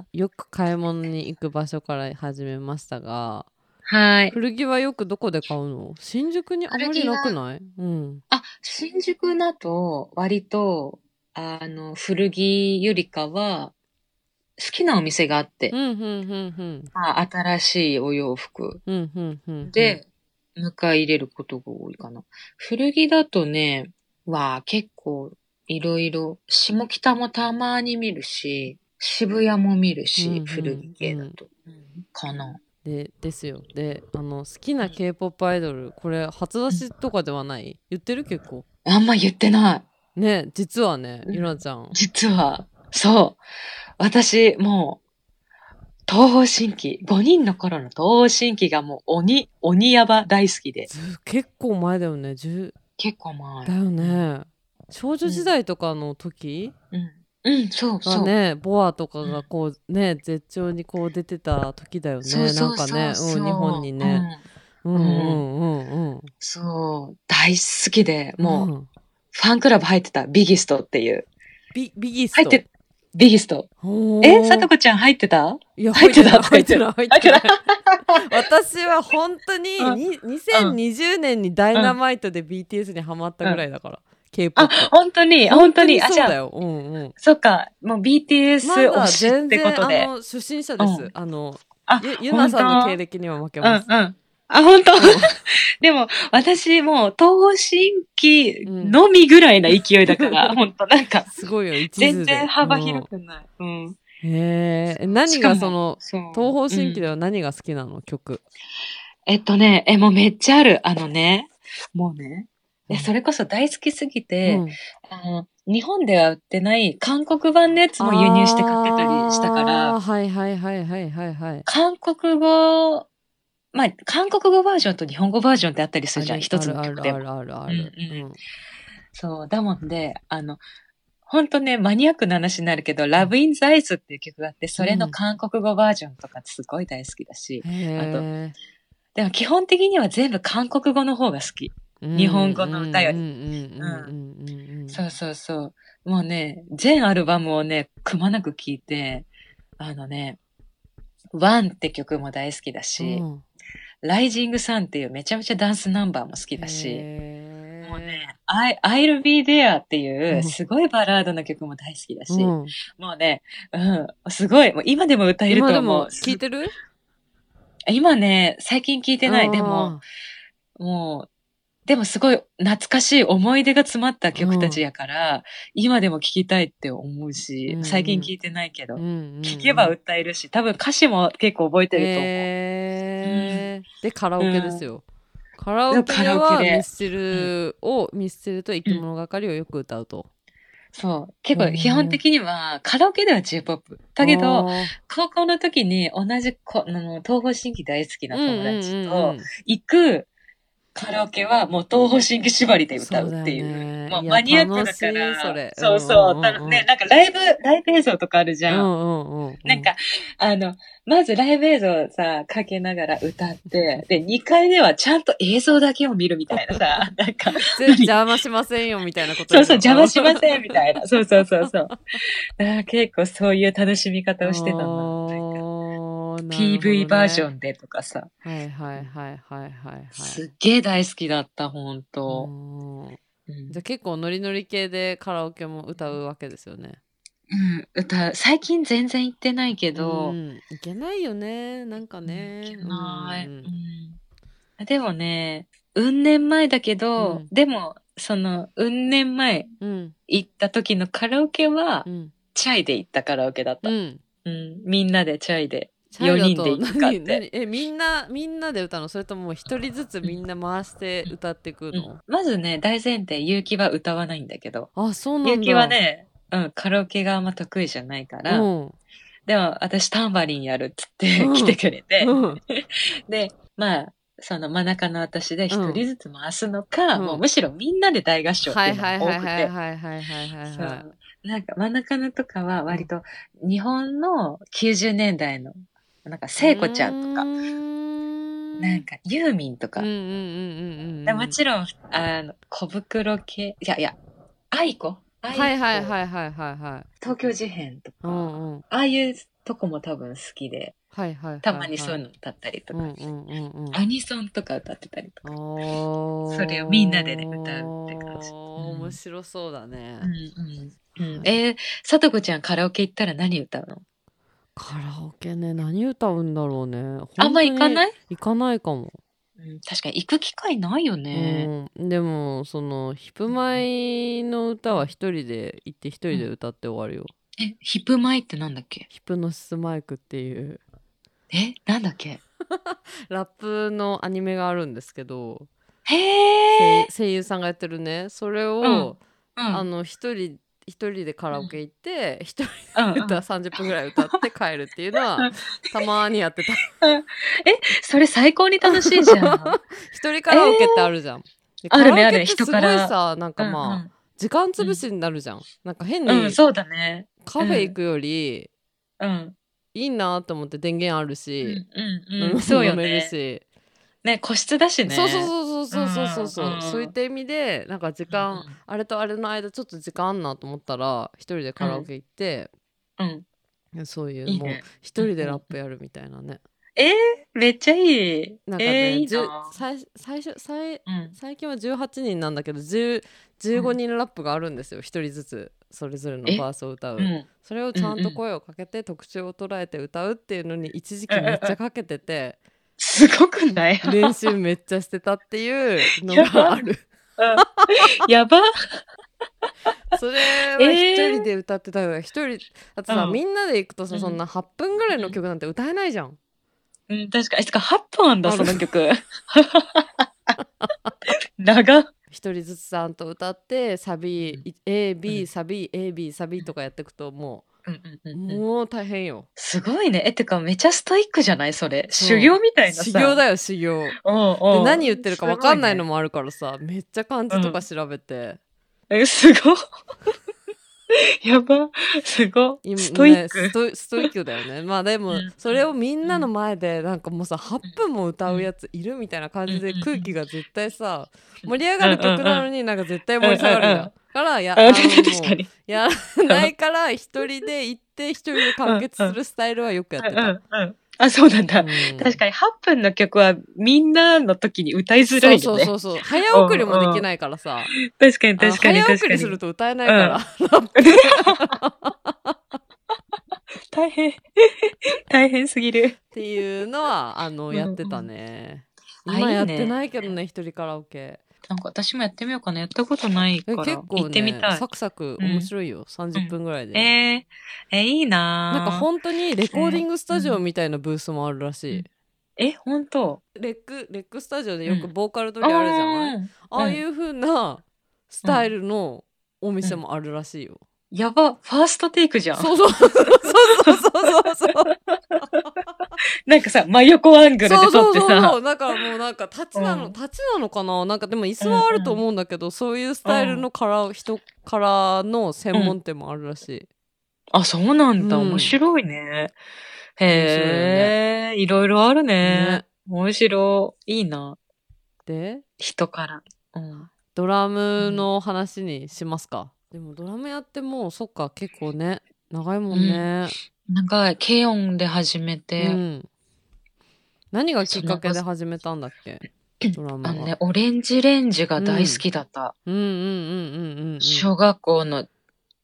S1: よく買い物に行く場所から始めましたが、
S2: はい。
S1: 古着はよくどこで買うの？新宿にあまり
S2: 古着は、
S1: なくない？うん。
S2: あ、新宿だと割と、あの、古着よりかは、好きなお店があって、
S1: うん、うん、うん、うん。
S2: まあ、新しいお洋服
S1: うん、うん、うん、うん。
S2: で迎え入れることが多いかな。古着だとね、は結構いろいろ、下北もたまに見るし、渋谷も見る
S1: うん、
S2: し、古着
S1: うん、うん。
S2: 系だと。うん、かな。
S1: で、ですよ。で、あの、好きな
S2: うん
S1: K-ポップ アイドル、これ、初出
S2: うん、
S1: しとかではない？言ってる結構。
S2: あんま言ってな
S1: ね、実はね、
S2: い。
S1: ゆ
S2: うん、
S1: なちゃん。
S2: 実は、そう。私、もう、東方神起、ごにんの頃の東方神起がもう鬼、鬼ヤバ大好きで。
S1: ず結構前だよね。じゅう
S2: 結構前。
S1: だよ
S2: うん。
S1: ね。少女
S2: うん。
S1: 時代とかの時
S2: うん。うん、そうそ
S1: がね、ボアとか
S2: う。うん。
S1: がこうね、絶頂にこう出てた時だよ
S2: そう
S1: ね。なん
S2: そうそう
S1: かね、うん、日本に
S2: そう。う
S1: ね。うんう
S2: ん。うん。
S1: んうんうん。
S2: そう。大好きで、もう、
S1: うん。
S2: ファンクラブ入ってた。ビギストっていう。
S1: ビ、ビギスト。
S2: 入って、ビギスト。え、さ
S1: ほー。
S2: とこちゃん入ってた？
S1: いや、
S2: 入ってた
S1: 入ってない、
S2: とか言って。
S1: 入ってない、入っ
S2: 入ってた。
S1: てない。私は本当
S2: うん。
S1: にに
S2: うん。
S1: にせんにじゅうねんにダイ
S2: うん。
S1: ナマイトで ビーティーエス にハマったぐら
S2: うん。
S1: いだから。
S2: あ、
S1: K-ポップ。
S2: 本当に、
S1: 本当に
S2: 本当に。あ、じゃあ、
S1: そうだよ。うんうん。
S2: そっか。もう
S1: ま
S2: ビーティーエス 推
S1: だ
S2: しってこ
S1: 全然、
S2: とで。
S1: あの、初心者です。
S2: うん。
S1: あの、
S2: あ、
S1: ゆ、ゆな
S2: 本当？
S1: さんの経歴には負けます。
S2: うんうん。あ、本当？
S1: うん。
S2: でも、私もう、東進期
S1: うん。
S2: のみぐらいな勢いだから、本当なんか、
S1: すごいよ、一
S2: 全
S1: 途で。う
S2: 然幅
S1: ん。
S2: 広くない。うん。
S1: へえ、
S2: そう。し
S1: 何
S2: かも、
S1: がその、
S2: そ
S1: 東方
S2: う。うん。
S1: 神起では何が好きなの？曲。
S2: えっとね、え、もうめっちゃある。あのね、もうね、え、そ
S1: うん。
S2: れこそ大好きすぎて、
S1: うん。
S2: あの、日本では売ってない韓国版のやつも輸入して買ってたりしたから、
S1: あー、はいはいはいはいはいはい。
S2: 韓国語、まあ、韓国語バージョンと日本語バージョンってあったりするじゃん。
S1: あるあ
S2: 一つの曲でも。
S1: るあるあるある
S2: うんう
S1: ある。う
S2: ん。
S1: ん。
S2: そう。だもんで、あの、ほんとね、マニアックな話になるけど、
S1: うん。
S2: Love in the Eyes っていう曲があって、それの
S1: うん。
S2: 韓国語バージョンとかすごい大好きだし、
S1: へ
S2: あと、
S1: え。
S2: でも基本的には全部韓国語の方が好き。
S1: うんうん
S2: 日本語の歌より。
S1: うんうん
S2: うん。
S1: うんうんうん
S2: そうそうそう。もうね、全アルバムをね、くまなく聴いて、あのね、ワンって曲も大好きだし、
S1: うん。うん。
S2: ライジングサンっていうめちゃめちゃダンスナンバーも好きだし、もう
S1: へえ。
S2: ね、I, I'll be there っていう
S1: うん。
S2: すごいバラードの曲も大好きだ
S1: う
S2: し、
S1: ん。
S2: もうね、うん、すごい、もう今でも歌えると思う。
S1: 今でも聞い
S2: す
S1: てる？
S2: 今ね、最近聞いてない。でも、
S1: あ
S2: もう、でもすごい懐かしい思い出が詰まった
S1: あー。うん。
S2: 曲たちやから、今でも聴きたいって思う
S1: うん
S2: し、最近
S1: うん。
S2: 聞いてないけど、
S1: うんうん
S2: 聴けば
S1: うん。
S2: 歌えるし、多分歌詞も結構覚えてると思う。
S1: へえ。で、カラ
S2: うん。
S1: オケです
S2: うん。
S1: よ。カラオ
S2: でカラオケ
S1: ケではミ
S2: で。
S1: スチ
S2: うん。
S1: ルを、ミスチルと生
S2: うん。
S1: き物係をよく歌うと。
S2: そう。
S1: へ
S2: 結構基本
S1: え。
S2: 的には、カラオケでは J-ポップ。
S1: あ
S2: だけど、
S1: あ。
S2: 高校の時に同じこ、あの、東方神起大好きな
S1: うんうん
S2: 友達と
S1: うんうん。
S2: 行くカラオケはもう東方神起縛りで歌うっ
S1: そうだよ
S2: ていう。
S1: ね。いや、
S2: もうマニアック
S1: 楽
S2: だか
S1: しい、そ
S2: ら、
S1: れ。うんう
S2: そうそう。たね、
S1: んうんうん。
S2: なんかライブ、ライブ映像とかあるじ
S1: うん
S2: ゃん。
S1: うんうんうん。
S2: なんか、あの、まずライブ映像をさ、かけながら歌って、で、にかいめはちゃんと映像だけを見るみたいなさ、なんか、
S1: 全然
S2: 何
S1: 邪魔しませんよ、みたいなこと
S2: そうそう、
S1: でしょ。
S2: 邪魔しませんみたいな。そうそうそうそう。あー結構そういう楽しみ方をしてたな。なんか、
S1: おー、なるほ
S2: ピーブイ バージョ
S1: どね。
S2: ンでとかさ。
S1: はいはいはいはいはいはい。
S2: すっげえ大好きだった、ほん
S1: う
S2: と。
S1: ーん。
S2: うん。
S1: じゃあ結構ノリノリ系でカラオケも歌うわけですよね。
S2: うん、歌、最近全然行ってないけど、
S1: うん、いけないよねなんか
S2: い
S1: ね。
S2: けない。
S1: うん
S2: うん、でもね、うん年前だけ
S1: う
S2: ど、
S1: ん
S2: でも、その、うん年前
S1: うん
S2: 行った時のカラオケは、
S1: うん
S2: チャイで行ったカラオケだった。
S1: うん。
S2: うん、みんなでチャイで、
S1: チャイ
S2: よにんで
S1: だと
S2: 行くかっ
S1: 何何
S2: て。
S1: えみんなみんなで歌うのそれとも一人ずつみんな回して歌っていく
S2: うん
S1: の？
S2: まずね、大前提、結城は歌わないんだけど、
S1: あ、そうな
S2: 結城は
S1: んだ。
S2: ね、うん、カラオケがあんま得意じゃないか
S1: う
S2: ら、
S1: ん
S2: でも私タンバリンやるっつっ
S1: う
S2: て来て
S1: ん
S2: くれて、
S1: うん
S2: で、まあ、その真ん中の私で一人
S1: うん
S2: ずつ回すのか、
S1: うん。
S2: もうむしろみんなで大合唱っていうのも
S1: はいはいはい
S2: 多くて、
S1: はいはいはいはいはいはい。
S2: そう。なんか真ん中のとかは
S1: うん
S2: 割と日本のきゅうじゅうねんだいの、なんか
S1: うー
S2: 聖子ちゃんとか、な
S1: ん
S2: んかユーミンとか、
S1: うんうんうんうん
S2: で
S1: うんうん。
S2: もちろん、あの、小袋系、いやいや、愛子愛
S1: はいはい
S2: 子、
S1: はいはいはいはい。
S2: 東京事変と
S1: う
S2: か、
S1: んうん。
S2: ああいうとこも多分好きで、
S1: はいはい
S2: た
S1: はいはい。
S2: まにそういうの歌ったりとか、
S1: うんうんうんうん。
S2: アニソンとか歌ってたりと
S1: あ
S2: か、それをみんなでね、歌うって感じ。う
S1: ー、面
S2: ん。
S1: 白そうだね。
S2: うんうん。うん。
S1: はい。
S2: えー、さとこちゃんカラオケ行ったら何歌うの？
S1: カラオケね、何歌うんだろうね。
S2: あんま
S1: 本当に
S2: 行かない？
S1: 行かないかも。
S2: うん、確かに行く機会ないよ
S1: う
S2: ね。
S1: ん。でも、その、ヒップマイの歌は一人で行って一人
S2: うん。
S1: で歌って終わるよ。
S2: え、ヒップマイってなんだっけ？
S1: ヒプノシスマイクっていう
S2: え、なんだっけ？
S1: ラップのアニメがあるんですけど、
S2: へ
S1: 声、
S2: え。
S1: 声優さんがやってるね。それ
S2: うん。
S1: を、
S2: うん。
S1: あの、一人、一人でカラオケ
S2: うん。
S1: 行って、一人
S2: うん。
S1: で歌
S2: うん。
S1: さんじゅっぷんぐらい歌って帰るっていうのは、たまーにやってた。
S2: うんえ、それ最高に楽しいじゃん。
S1: 一人カ
S2: え
S1: ラオケってあ
S2: ー、
S1: るじゃん。で、カラオ
S2: あるね、あるね、
S1: ケってす
S2: 人から。
S1: ごいさ、なんか
S2: うん
S1: まあ、
S2: うん。
S1: 時間
S2: うん。
S1: 潰しになるじゃん。なんか変
S2: うん、
S1: に
S2: そうだね。
S1: カ
S2: うん。
S1: フェ行くより
S2: うん。
S1: いいなと思って電源あるし、
S2: うんうん
S1: 飲
S2: うん。そう
S1: み飲める
S2: よね。
S1: し。
S2: ね、個室だし
S1: そうそう
S2: ね。
S1: そうそうそうそう
S2: うんうんう
S1: そう。そういっ
S2: ん。
S1: た意味で、なんか時
S2: うん
S1: 間、あれとあれの間ちょっと時間あんなと思ったら、一人で
S2: うん。
S1: カラオケ行って、
S2: うん。
S1: そういうもう
S2: いいね。う
S1: 一人でラッ
S2: んうんうん。
S1: プやるみたいなね。
S2: えー、めっちゃいい。
S1: なんかね、
S2: えー、いい
S1: じゅ
S2: な。
S1: 最最初最
S2: うん。
S1: 最近はじゅうはちにんなんだけど、じゅう、15
S2: うん。
S1: 人ラップがあるんですよ。一人ずつそれぞれの
S2: え
S1: バースを歌う。
S2: うん。
S1: それを
S2: うん
S1: ちゃんと
S2: うん。
S1: 声をかけて特徴を捉えて歌うっていうのに一時
S2: うん
S1: 期めっ
S2: うんうん。
S1: ちゃかけてて、
S2: すごくない？
S1: 練習めっちゃしてたっていうの
S2: やば。
S1: がある。
S2: うん。やば。
S1: それ
S2: え
S1: は一人
S2: ー、
S1: で歌ってたから一人だってさ、み
S2: うん。
S1: んなで行くとさ、そん
S2: うん。
S1: なはっぷんぐらいの
S2: うん。
S1: 曲なんて歌えないじゃん。
S2: うん、確かに。え、つかはっぷんあんだ、
S1: ある。
S2: その曲。長っ。
S1: 一人ずつちゃんと歌ってサビ
S2: うん。
S1: A
S2: う
S1: B
S2: ん。
S1: サビ A B サビとかやっていくとも
S2: うんうんう
S1: う
S2: んうん。
S1: もう大変よ。
S2: すごいね。え、てかめちゃストイックじゃないそれ。修
S1: そう
S2: 行みたいなさ。
S1: 修行だよ修行。
S2: うん
S1: で何言っ
S2: うん。す
S1: てるか分かんないの
S2: ごいね。
S1: もあるからさ、めっちゃ漢字とか
S2: うん。
S1: 調べて
S2: え、すごっ。やば。すごっ。ストイッ
S1: 今ねス
S2: ク。
S1: トストイックだよね。まあでも
S2: うん
S1: それをみんなの
S2: うんうん
S1: 前でなんかもうさはっぷんも歌うやついるみたいな感
S2: うんうん
S1: じで空気
S2: うん
S1: が絶対さ盛り上が
S2: うん
S1: る曲なの
S2: うん
S1: になんか絶対
S2: うんうん
S1: 盛り下がるじゃん。
S2: うん
S1: からや
S2: うん。
S1: あのもう
S2: 確かに。
S1: やらないから一人で行って一人で完結するスタイルはよくやってた。
S2: うんうんうん。あ、そうなん
S1: う
S2: だ。確
S1: ん。
S2: かにはっぷんの曲はみんなの時に歌いづら
S1: そう
S2: いよね。
S1: そうそうそう。早送りもで
S2: うんうん。
S1: きないからさ。
S2: 確かに
S1: あの、
S2: 確かに
S1: 早送
S2: 確かに。
S1: りすると歌えないから、
S2: うん。
S1: ラップ。
S2: 大変。大変すぎる。
S1: っていうのは、あの、
S2: うんう
S1: やってた
S2: ん。
S1: ね。
S2: あ、
S1: 今やって
S2: いいね。
S1: ないけどね、一人カラオケ。
S2: なんか私もやってみようかな。やったことない
S1: え、
S2: から。
S1: 結
S2: 行ってみ
S1: 構ね、
S2: たい。
S1: サクサク
S2: うん。
S1: 面白いよ。30
S2: うん。
S1: 分ぐらいで。
S2: えー、え、いい
S1: なんか
S2: な
S1: 本当にレ
S2: ぁ。え
S1: コーディングス
S2: ー、うん。
S1: タジオみたいなブースもあるらし
S2: うん。
S1: い。
S2: え、ほんと？
S1: レック、レックスタジオでよく
S2: うん。
S1: ボーカル撮
S2: あ
S1: りあるじゃない？
S2: ー。うん。
S1: ああいう風なスタイ
S2: うん。
S1: ルのお
S2: うん。
S1: 店もあるらしいよ。
S2: やば。ファーストテイクじゃん。
S1: そうそうそうそうそうそうそう。
S2: なんかさ、真横アングルで撮っ
S1: そうそう
S2: てさ。
S1: そうそう。だからもうなんか立ちなの、
S2: うん。
S1: 立ちなのかななんかでも椅子
S2: うん
S1: はあると
S2: うん。
S1: 思うんだけど、そういうス
S2: うん。
S1: タイルのカラー、人からの専
S2: うん。
S1: 門店もあるらしい。
S2: あ、そうな
S1: う
S2: んだ。面
S1: ん。
S2: 白いね。
S1: 面白いよね。
S2: へえ、いろいろあるね。
S1: ね。
S2: 面白い。いいな。
S1: で、
S2: 人から。うん。
S1: ドラム
S2: うん。
S1: の話にしますか。でもドラムやってもう、そっか、結構ね、長いもん
S2: うん。
S1: ね。
S2: 長い。軽音で始め
S1: う
S2: て、
S1: ん。何がきっかけ
S2: その後、
S1: で始めたんだっけドラムは。
S2: あのね、オレンジレンジが大好
S1: うん。
S2: きだった。
S1: うんうんうんうんうんうん。
S2: 小学校の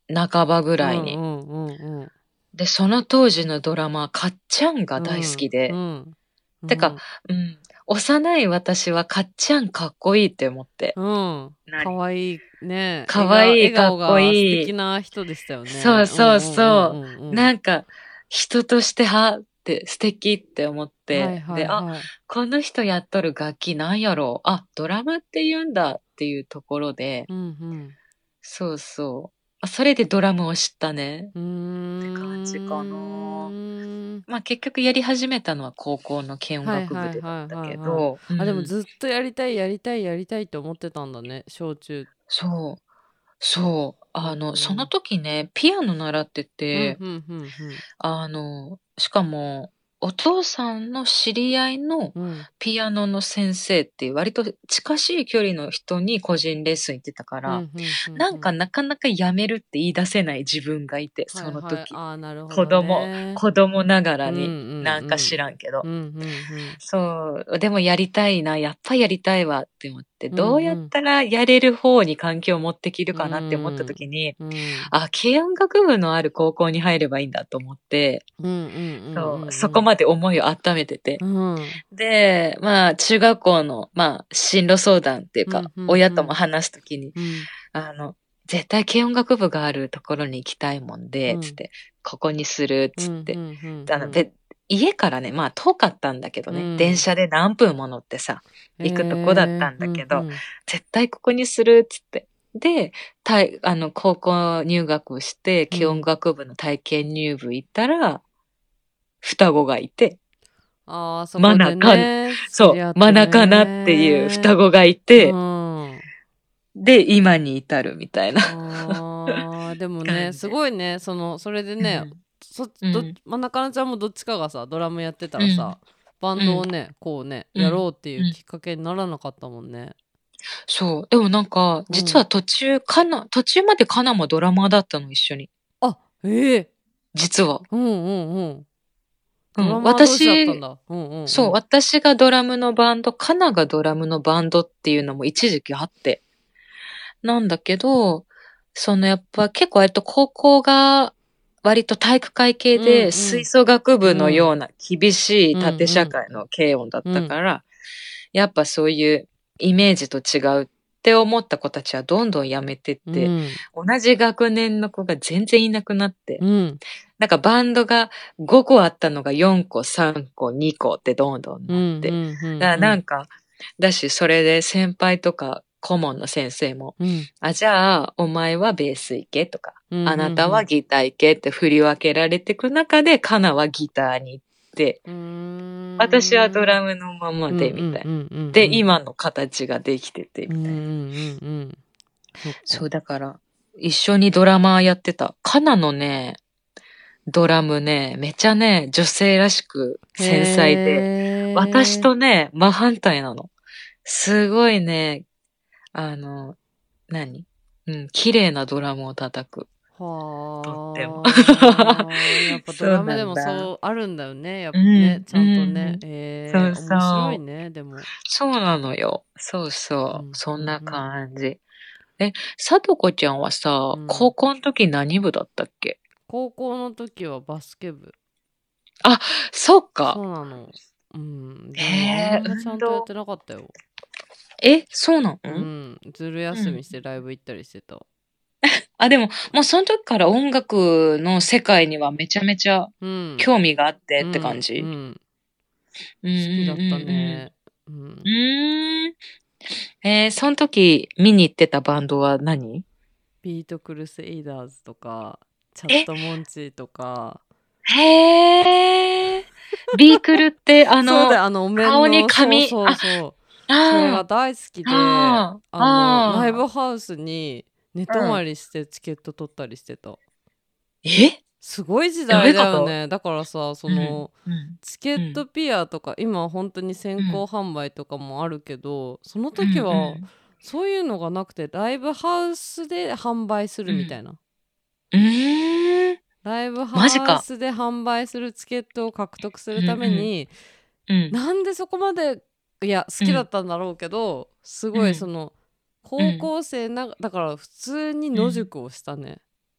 S2: 半ばぐ
S1: う
S2: らいに。
S1: んうんうんうん
S2: で、その当時のドラマ、かっちゃんが大好きで。
S1: うんう
S2: てか、
S1: ん
S2: うん。幼い私はかっちゃんかっこいいって思って。
S1: うんか
S2: 何
S1: わいいね
S2: か
S1: 笑顔、
S2: わいい、
S1: 笑顔
S2: かっこ
S1: が素敵
S2: いい。
S1: な人でしたよね。うんう
S2: そうそうそ
S1: んうんうん
S2: う。
S1: うん
S2: なんか、人としてはって素敵って思っ
S1: はい
S2: て。で、あ、
S1: はいはい
S2: この人やっとる楽器なんやろう。あ、ドラムって言うんだっていうところで、
S1: うん
S2: そうそう。あそれでドラムを知ったね。
S1: うん
S2: って感じか
S1: う
S2: な。
S1: ーん
S2: まあ結局やり始めたのは高校の軽音
S1: はい
S2: 楽部
S1: はいはい
S2: でだった
S1: はいはい
S2: けど、う
S1: あでも
S2: ん。
S1: ずっとやりたいやりたいやりたいって思ってたんだね小中
S2: そう。そう。
S1: う
S2: あの、その
S1: ん
S2: 時ね、ピアノ習ってて、
S1: うんうんうんうん
S2: あの、しかも、お父さんの知り合いの
S1: うん
S2: ピアノの先生っていう割と近しい距離の人に個人レッスン行ってたか
S1: うんう
S2: ら、
S1: んうんうん
S2: なんかなかなかやめるって言い出せない自分がいて、
S1: はい
S2: その時。
S1: はいああなるほど
S2: 子供、
S1: ね
S2: 子供なが
S1: うんう
S2: らに、なんか知
S1: ん
S2: らんけど。
S1: うんうんうん
S2: そう、でもやりたいな、やっぱやりたいわって思って、
S1: うん
S2: どうやっ
S1: うん
S2: たらやれる方に環境を持ってきる
S1: う
S2: かなって思った
S1: ん
S2: 時に、
S1: うん
S2: あ、軽音楽部のある高校に入ればいいんだと思って、
S1: うんうんうん
S2: そう、そこまで思いを温めてて。
S1: うんうん
S2: で、まあ、中学校の、まあ、進路相談っていうか、
S1: うんうん
S2: 親とも話すときに、
S1: うん
S2: あの、絶対軽音楽部があるところに行きたいもんで、つっ
S1: うん
S2: て、ここにする、
S1: うんう
S2: つって。
S1: んうん
S2: あの、べ家からね、まあ遠かったんだけどね、電
S1: うん
S2: 車で何分も乗ってさ、行くとこだったん
S1: えーう
S2: だけど、
S1: んうん
S2: 絶対ここにする、つって。で、たいあの、高校入学して、軽音楽部の体験入部行ったら、双子がいて、
S1: ああそこで
S2: マナカ、
S1: ね知り
S2: そう、
S1: 合って
S2: マナカナっていう双
S1: ね
S2: 子がい
S1: う
S2: て、
S1: ん
S2: で、今に至るみたいな
S1: あーでもねす
S2: 感じ。
S1: ごいねそのそれでね
S2: うん。
S1: そど
S2: うん。
S1: まなかなちゃんもどっちかがさドラムやってた
S2: うん。
S1: らさバン
S2: うん。
S1: ドをねこうね
S2: うん。
S1: やろうってい
S2: うん。
S1: うきっかけにならなかったもんね
S2: そう。でもなんか、
S1: うん
S2: 実は途中、かな、途中までカナもドラマーだったの、一緒に。
S1: あええ
S2: 実は。
S1: うんうんうん
S2: うん。
S1: ドラマー同士だったん
S2: 私、
S1: だうんうんう
S2: そう、
S1: ん
S2: 私がドラムのバンド、カナがドラムのバンドっていうのも一時期あって。なんだけど、そのやっぱ結構割と高校が割と体育会系
S1: う
S2: で吹
S1: ん
S2: 奏楽部の
S1: うん
S2: ような厳しい
S1: うん
S2: 縦社
S1: うん
S2: 会の軽音だっ
S1: うん
S2: たから、やっぱそういうイメージと違うって思った子たちはどんどん辞めてっ
S1: う
S2: て、
S1: ん
S2: 同じ学年の子が全然いなくなって、
S1: うん
S2: なんかバンドがごこあったのがよんこ、さんこ、にこってどんどん
S1: うんう
S2: なって。
S1: んう
S2: だからなん
S1: ん
S2: か、だし、それで先輩とか顧問の先生も、
S1: うん
S2: あ、じゃあ、お前はベース行けとか、
S1: うん
S2: あなたはギター行けって振り分けられていく中で、カナはギターに行って、
S1: うー
S2: 私はド
S1: ん
S2: ラムのまま
S1: うん
S2: で、みたいな。
S1: うんうんうん
S2: で、
S1: うん
S2: 今の形ができてて、みたいな。
S1: うんうんうんうんそっか
S2: そう、だから、一緒にドラマーやってた。カナのね、ドラムね、めちゃね、女性らしく繊細で、私
S1: へえ
S2: とね、真反対なの。すごいね、あの、何うん、綺麗なドラムを叩く。とっても。
S1: はあやっぱド
S2: そう
S1: ラムで
S2: なんだ。
S1: もそうあるんだよねやっ
S2: う
S1: ぱね
S2: ん、
S1: ち
S2: う
S1: ゃんとね
S2: ん。そう
S1: えー、面白い
S2: そう。
S1: ねでも
S2: そうなのよ。そうそう。
S1: うんう
S2: そんな
S1: んうん
S2: 感じ。え、さとこちゃんはさ、
S1: うん
S2: 高校の時何部だったっけ？
S1: 高校の時はバスケ部
S2: あ、そっか。
S1: そうなのうんでもあ
S2: へえ、
S1: んまちゃ
S2: 運動。
S1: んとやってなかったよ
S2: え、そうな
S1: う
S2: の？
S1: んずる
S2: うん。
S1: 休みしてライブ行ったりしてた
S2: あ、でも、もうその時から音楽の世界にはめちゃめちゃ
S1: うん
S2: 興味があってって感
S1: うんう
S2: じ？
S1: ん
S2: うんうん
S1: 好きだった
S2: うん
S1: ねうん
S2: うん。うーん。えー、その時見に行ってたバンドは何？
S1: ビートクルセイダーズとかチャッ
S2: え、
S1: トモンチーとか
S2: へー。ビークルって、あの、
S1: そうだよあのお面
S2: 顔に
S1: のそう
S2: 髪、
S1: そう
S2: あ、
S1: そうそれが
S2: あ
S1: 大好き
S2: あ、
S1: で
S2: ああ、
S1: あのライ
S2: あ
S1: ブハウスに寝
S2: あ、うん。
S1: 泊まりしてチケット取ったりしてた
S2: え、
S1: すごい時
S2: どうい
S1: 代だよ
S2: うこと？
S1: ねだからさそ
S2: うん、
S1: の
S2: うん、
S1: チケッ
S2: うん、
S1: トピアとか今は本当に
S2: うん、
S1: 先行販売とかもあるけどその
S2: うん、
S1: 時は
S2: うん、
S1: そういうのがなくてライブハウスで販売す
S2: うん。
S1: るみたいな
S2: うーん。
S1: ライブ
S2: マジか。
S1: ハウスで販売するチケットを獲得す
S2: うん、
S1: るため
S2: う
S1: に
S2: ん、うん、
S1: なんでそこまでいや好きだ
S2: うん、
S1: ったんだろうけどす
S2: うん、
S1: ごいその高
S2: うん、
S1: 校生なだから普通に
S2: うん。
S1: 野宿をしたね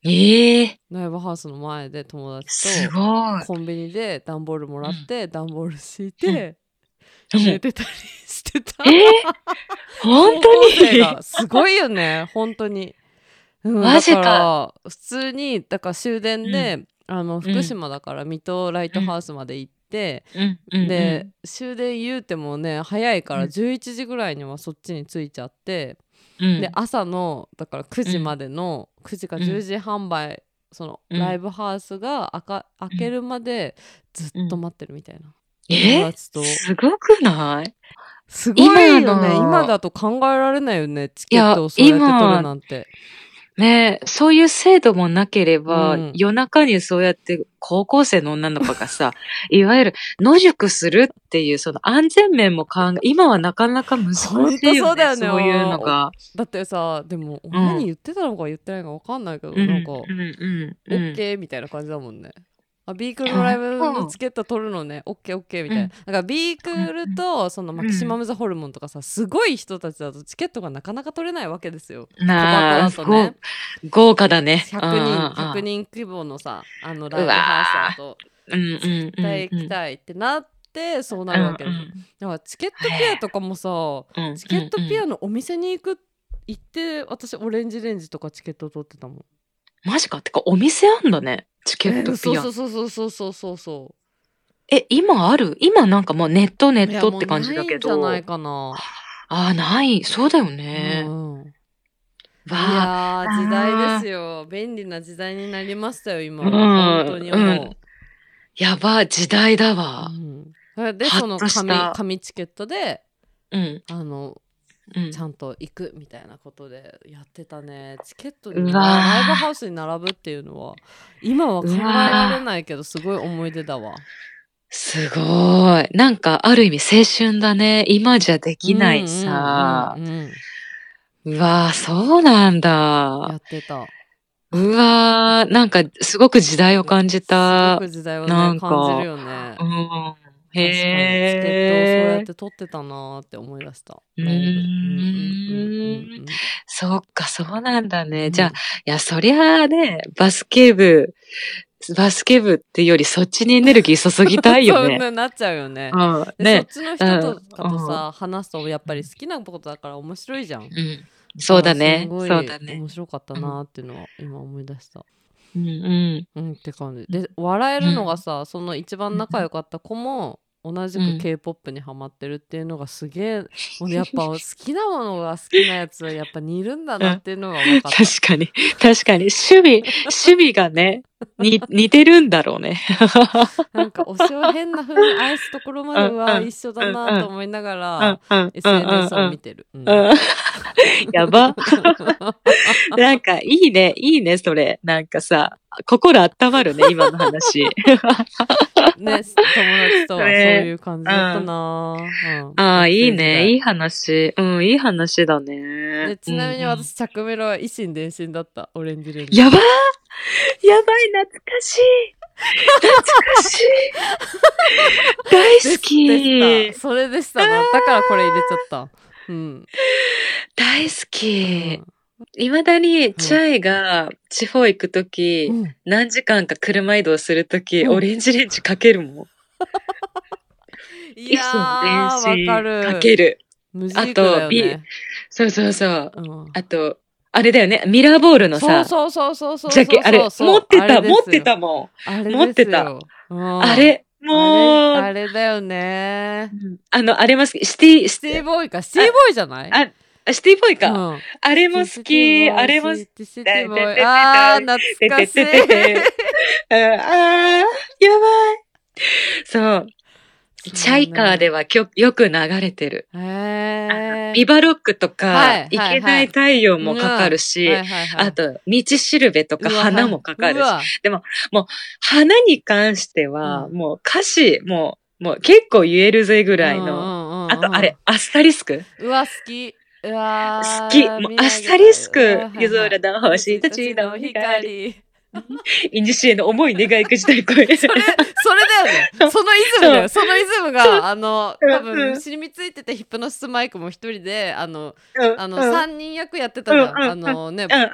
S2: ええ
S1: ライブハウスの前で友達
S2: す
S1: と
S2: ごい。
S1: コンビニで段ボールもらって段ボール敷い
S2: うん。
S1: て
S2: うん
S1: 寝てたりしてた。
S2: えー、本
S1: 高
S2: 当
S1: 校生
S2: に
S1: がすごいよね本当に。うん、
S2: マ
S1: だか
S2: ジか。
S1: ら普通にだから終電
S2: うん。
S1: であの福
S2: うん。
S1: 島だから水戸ライ
S2: うん。
S1: トハウスまで行って
S2: うん。うん。う
S1: で
S2: ん。
S1: 終電言うてもね早いから
S2: うん。
S1: じゅういちじぐらいにはそっちに着いちゃってで
S2: うん。
S1: 朝のだから9時ま
S2: うん。
S1: でのくじか10
S2: うん。
S1: 時販売その
S2: うん
S1: ライブハウスが開か開けるまでずっ
S2: うん。
S1: と待ってるみたいな友
S2: え
S1: 達と。
S2: すごくない
S1: すご
S2: 今
S1: いよね今
S2: の、
S1: だと考えられないよねチケッ
S2: いや、
S1: トをそうやって取る
S2: 今、
S1: なんて。
S2: ね、そういう制度もなけれ
S1: う
S2: ば、
S1: ん
S2: 夜中にそうやって高校生の女の子がさ、いわゆる野宿するっていうその安全面も考え、今はなかなか難し
S1: ほんと
S2: いよね、
S1: そうだよね
S2: そういうの
S1: お
S2: が。
S1: だってさでも
S2: うん。
S1: 親に言ってたのか言ってないのか分かんないけど、
S2: うん、
S1: なんか
S2: うん、うん、
S1: オッ
S2: うん。
S1: ケーみたいな感じだもんね。あ、ビークルのライ
S2: 本
S1: ブの
S2: 当
S1: チケット取るのね、オッケーオッケーみたいな。
S2: うん、
S1: だからビークルとそのマキシマムザホルモンとかさ、すごい人たちだとチケットがなかなか取れないわけですよ。
S2: うん。
S1: 小箱
S2: なあ、
S1: だとね。
S2: 豪、豪華だね。
S1: ひゃくにん、
S2: あ
S1: 100
S2: あ、
S1: 人規模のさ、あの
S2: ああ。う
S1: ライブハウスだ
S2: わ
S1: と
S2: ーうん、うん、
S1: 絶
S2: うん、
S1: 対行き
S2: うん。
S1: たいってなってそうな
S2: うん、
S1: るわけですよ。
S2: うん。
S1: だからチケットピアとかもさ、
S2: うん、
S1: チケット
S2: うん、うん。
S1: ピアのお店に行く行って私オレンジレンジとかチケット取ってたもん。
S2: マジか。てか、お店あんだね。チケッ
S1: えー、そう
S2: トピア。
S1: そうそうそうそうそうそうそ
S2: え、今ある今なんかもうネットネ
S1: う。い
S2: ッ
S1: やもうな
S2: トって感じだ
S1: いんじゃない
S2: けど。
S1: かな。
S2: ああ、ない。そうだよ
S1: う
S2: ね。
S1: んうん。い
S2: わ
S1: やー時代です
S2: あ、
S1: よ。便利な時代になりましたよ今
S2: う
S1: は。本
S2: ん、
S1: 当に
S2: うん。
S1: 思
S2: やば、時代だ
S1: う。う
S2: わ。
S1: ん。それでその
S2: はっとし
S1: 紙
S2: た。
S1: 紙チケットで
S2: うん、
S1: あの
S2: うん。
S1: ちゃんと行くみたいなことでやってたね。チケット
S2: う
S1: になライブハ
S2: わ
S1: ウスに並ぶっていうのは今は
S2: ー、う
S1: 考えられ
S2: わー。
S1: ないけどすごい思い出だわ。
S2: すごい。なんか、ある意味青春だね。今じゃで
S1: うんう
S2: きない
S1: んうん
S2: さ。
S1: うん
S2: うわー、そうなんだ。
S1: やってた。
S2: うわー、なんか、すごく時代を感じた。
S1: すごく時代をね
S2: なん
S1: 感じる
S2: か、
S1: よね。
S2: うん。
S1: 確かにチケットをそうやっ
S2: へ
S1: て取ってたなーって思い出した
S2: ー。う
S1: ライブ。うんうんうんう
S2: ーん。
S1: ん
S2: そっか、そうなんだね。じゃあ、い
S1: うんうん。
S2: や、そりゃあね、バスケ部、バスケ部っていうよりそっちにエネルギー注ぎたいよ
S1: そう
S2: ね。
S1: ねなっちゃうよね。
S2: うん、
S1: でそっ
S2: ね。
S1: ちの
S2: うん、
S1: 人とかと
S2: うん。
S1: さ話すとやっぱり好きなことだから面白いじゃん。
S2: うん。
S1: だ
S2: そう
S1: からすん
S2: だね。
S1: ごい
S2: そうだね。
S1: 面白かった
S2: うん。
S1: なーっていうのは今思い出した。
S2: うん、うん。
S1: うんって感じで笑え
S2: うん。
S1: るのがさその一番仲良かった子も同じく
S2: うん。
S1: K-ポップ にハマってるっていうのがすげえもうやっぱ好きなものが好きなやつはやっぱ似るんだ
S2: うん。
S1: なっていうのが分かった。
S2: 確かに。確かに。趣味、趣味がね、に、似てるんだろうね。
S1: なんか推しを変な風に愛すところま
S2: うん、
S1: では
S2: うん、
S1: 一緒だ
S2: うん、
S1: なと
S2: うん、
S1: 思いなが
S2: うん、
S1: ら
S2: うん、うん、うん、
S1: エスエヌエス を
S2: うん。
S1: 見てる。う
S2: うん
S1: ん。
S2: やば。なんか、いいね、いいね、それ。なんかさ、心温まるね、今の話。
S1: ね、友達とはそう
S2: ね
S1: いう感
S2: う
S1: じだった
S2: ん。
S1: な、うん、
S2: ああ、
S1: 学
S2: いいね、
S1: 生時代。
S2: いい話。うん、いい話だね。
S1: で、ち
S2: うん、
S1: なみに
S2: うん。
S1: 私、着メロは維新伝心だった。オレンジレンジ。
S2: やばーやばい、懐かしい。懐かしい。大好
S1: です、でした。
S2: き。
S1: それでし
S2: あ
S1: たな。だからこれ入れちゃ
S2: ー
S1: った。うん。
S2: 大好
S1: う
S2: き。
S1: ん。
S2: いまだに、
S1: うん。
S2: チャイが地方行くと
S1: う
S2: き、
S1: ん。
S2: 何時間か車移動するとき、
S1: うん。
S2: オレンジレンジかけるもん。
S1: い
S2: 維新伝
S1: やー、わか
S2: 心か
S1: る。
S2: ける。
S1: 無ジ
S2: あ
S1: ークだ
S2: と、ビ、
S1: よね。
S2: そうそうそう。
S1: うん。
S2: あと、あれだよね。ミラーボールの
S1: そう
S2: さ、
S1: そうそうそうそう
S2: ジャケ、
S1: そう
S2: あれ、
S1: そうそう。あれ
S2: 持ってた、持って
S1: ですよ。
S2: たも
S1: あ
S2: ん。
S1: れで
S2: 持ってた。
S1: すよ。うん。あ
S2: あれ、
S1: れ、
S2: もう、
S1: あれだよね。
S2: うんあの、あれも好き。シティ、シ
S1: シティ
S2: テ
S1: ボーイか。シティ
S2: あ、
S1: ボーイじゃない
S2: あ、あシティボーイ
S1: う
S2: か。
S1: ん。
S2: あれも好
S1: シティ
S2: き。
S1: ボーイ、
S2: あれも、
S1: シティ、シティボーイ。
S2: てててて
S1: あー、懐
S2: て
S1: かしい。
S2: てててて。ああー、やばい。そう。チャ
S1: そう
S2: イカーで
S1: ね。
S2: はきょよく流れてる。
S1: へ
S2: あの、
S1: え。
S2: ビバロックと
S1: は
S2: か、
S1: い、
S2: い
S1: はい、
S2: けない
S1: はい。
S2: 太陽
S1: うん。
S2: もかかる
S1: は
S2: し、
S1: い、はい、はい。
S2: あと、道しるべとか
S1: うわ、
S2: 花
S1: はい。
S2: もかかるし。
S1: うわ。
S2: でも、もう、花に関して
S1: う
S2: は、
S1: ん。
S2: もう歌詞、もう、もう結構言えるぜぐ
S1: うん、
S2: らいの。あと、
S1: うん、うん、うん。
S2: あれ、アスタリスク
S1: うわ、好き。う
S2: 好
S1: わ
S2: き。
S1: ー、
S2: もう、
S1: 見
S2: アスタ
S1: 上げたい。
S2: リスク、
S1: うわ、はい、
S2: 夜
S1: はい。
S2: 空の星
S1: 星たち
S2: たちの
S1: の
S2: 光。
S1: 光。
S2: いにしえの思い願いくじたい声。
S1: それ、それだよね。そのイズムだよ。そのイズム
S2: そう。
S1: が、あの、多
S2: うん、
S1: 分、
S2: うん、
S1: 染みついててヒプノシスマイクも一人で、あの、
S2: うん、
S1: あの、
S2: うん、
S1: 三人役やってた
S2: うん、
S1: じゃん。
S2: うん、うん、
S1: あのね、
S2: うん、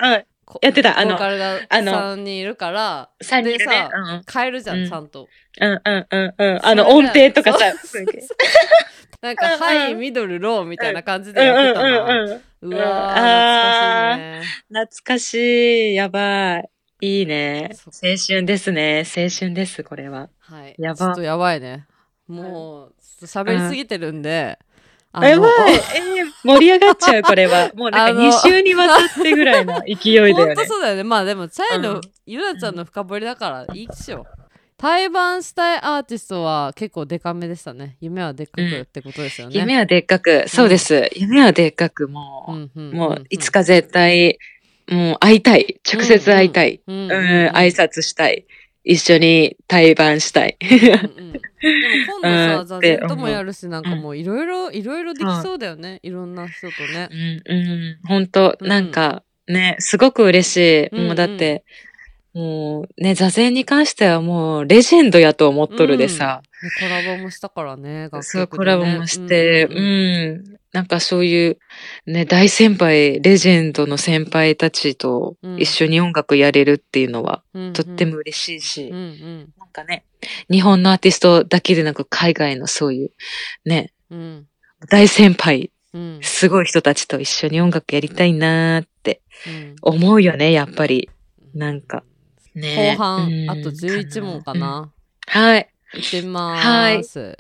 S1: こ
S2: やってた。あの
S1: ボーカルが
S2: あの
S1: さんにんいるから、
S2: さんにんいるね
S1: でさ、
S2: うん
S1: 変えるじゃん、
S2: うん
S1: ちゃんと。
S2: うんうんうんうん。あの、
S1: それが
S2: 音程とかさ。
S1: そうなんか、
S2: うんうん
S1: ハイ、ミドル、ローみたいな感じ
S2: うん
S1: でやってた
S2: うん
S1: な。
S2: うんうん。
S1: うわー、
S2: あ
S1: 懐かしいね。
S2: ー懐かしい。やばい。いいね。
S1: そ
S2: 青春ですね。青春です、これは。
S1: はい。
S2: やば
S1: ちょっとやばいね。もう、ちょっと喋りすぎてるんで、あ
S2: やば
S1: の、
S2: い。えー盛り上がっちゃう、これは。もうなんか
S1: あの
S2: に週にわたってぐらいの勢いだよ
S1: ほんと
S2: ね。
S1: そうだよね。まあでも、チャイの、
S2: うん
S1: ゆなちゃんの深掘りだからいいっしょ。対バンしたいアーティストは結構デカめでしたね。夢はでっかくってことですよね。
S2: 夢はでっかく、そうです。夢はでっかく、もう、
S1: うんうん
S2: もう、いつか絶対、もう会いたい。直接会いたい。うん、挨拶したい。一緒に対バンしたい。
S1: うんうん、でも今度さ、
S2: うん
S1: 座禅ともやるし、なんか
S2: うん
S1: もういろいろ、いろいろできそうだよね。いろんな人とね。
S2: うん、うん、本当
S1: うん
S2: なんか、ね、すごく嬉しい。
S1: うんうん
S2: もうだって、もうね、座禅に関してはもうレジェンドやと思っとるでさ。
S1: うんね、コラボもしたからね、楽曲でね。
S2: そう、コラボもして、うんん、
S1: ううん
S2: うん。なんかそういう、ね、大先輩、レジェンドの先輩たちと一緒に音楽やれるっていうのは、
S1: うん
S2: とっても嬉しいし、
S1: うんうん
S2: なんかね、日本のアーティストだけでなく海外のそういう、ね、
S1: うん
S2: 大先輩、
S1: うん
S2: すごい人たちと一緒に音楽やりたいなーって
S1: うん
S2: 思うよね、やっぱり。なんか。ね、
S1: 後半、
S2: うん
S1: あとじゅういち問かな。
S2: はい。
S1: 行ってみま
S2: はい
S1: ーす。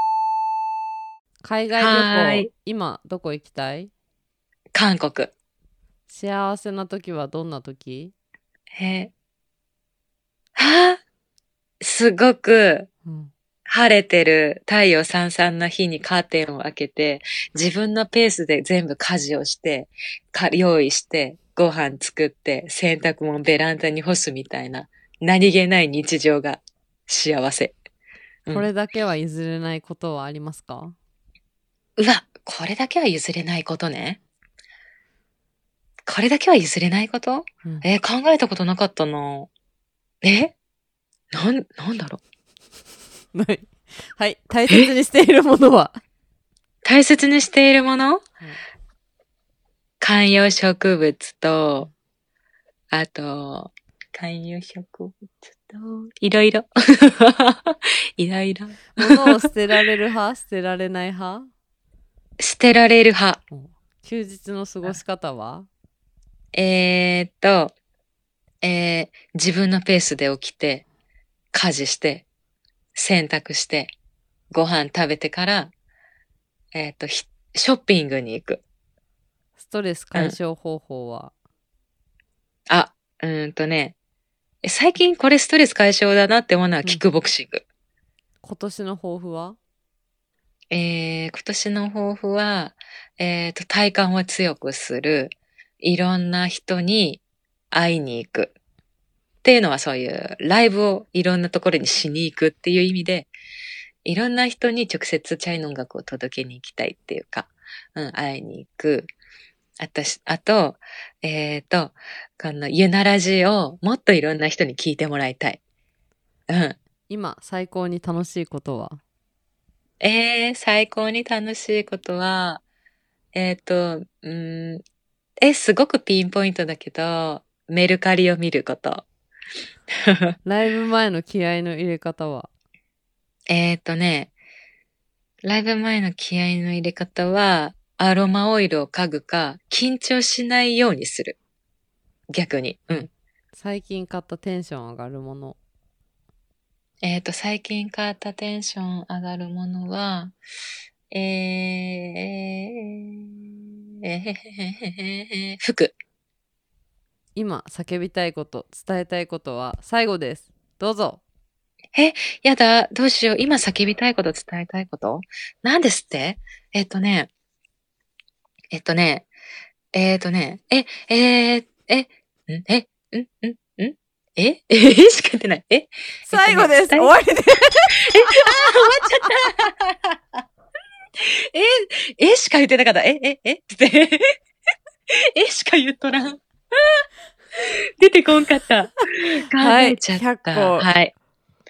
S1: 海外旅行、今どこ行きたい？
S2: 韓国。
S1: 幸せな時はどんな時？
S2: えはぁすごく
S1: うん
S2: 晴れてる太陽さんさんの日にカーテンを開けて、自分のペースで全部家事をして、か用意して、ご飯作って、洗濯物ベランダに干すみたいな、何気ない日常が幸せ。うん
S1: これだけは譲れないことはありますか？
S2: うわ、これだけは譲れないことね。これだけは譲れないこと、
S1: うん
S2: えー考えたことなかったな。えなん、なんだろう。
S1: はいはい大切にしているものは？
S2: 大切にしているもの、
S1: はい
S2: 観葉植物と、あと、観葉植物と、いろいろ。いろいろ。
S1: 物を捨てられる派捨てられない派？
S2: 捨てられる派。
S1: 休日の過ごし方は？
S2: えーっと、えー、自分のペースで起きて、家事して、洗濯して、ご飯食べてから、えーっと、ひショッピングに行く。
S1: ストレス解消方法は？
S2: あ、うーんとね、え最近これストレス解消だなって思うのはキックボクシング。
S1: 今年の抱負は？
S2: えー、今年の抱負は、えーと、体感を強くする。いろんな人に会いに行く。っていうのはそういうライブをいろんなところにしに行くっていう意味で、いろんな人に直接チャイの音楽を届けに行きたいっていうか、うん、会いに行く。あと、あと、えーと、このユナラジをもっといろんな人に聞いてもらいたい。うん。
S1: 今最高に楽しいことは？
S2: えー、最高に楽しいことは、えっと、うーん、え、すごくピンポイントだけど、メルカリを見ること。
S1: ライブ前の気合の入れ方は？
S2: えっとね、ライブ前の気合の入れ方は、アロマオイルを嗅ぐか、緊張しないようにする。逆に。うん。
S1: 最近買ったテンション上がるもの？
S2: えっと、最近買ったテンション上がるものは、えー、えー、えへへへへ服。
S1: 今叫びたいこと、伝えたいことは最後です。どうぞ。
S2: やだ、どうしよう。今叫びたいこと、伝えたいこと、なんですって？えっとね、えっとね、えっとね、え、えー、え、んえ、んんんええしか言ってない。え
S1: 最後です。
S2: 伝え
S1: 終わりです。
S2: 終わっちゃった。え、えしか言ってなかった。え、え、えって。えしか言っとらん。出てこんかった。考
S1: はい、
S2: えちゃった。
S1: ひゃっこ
S2: はい。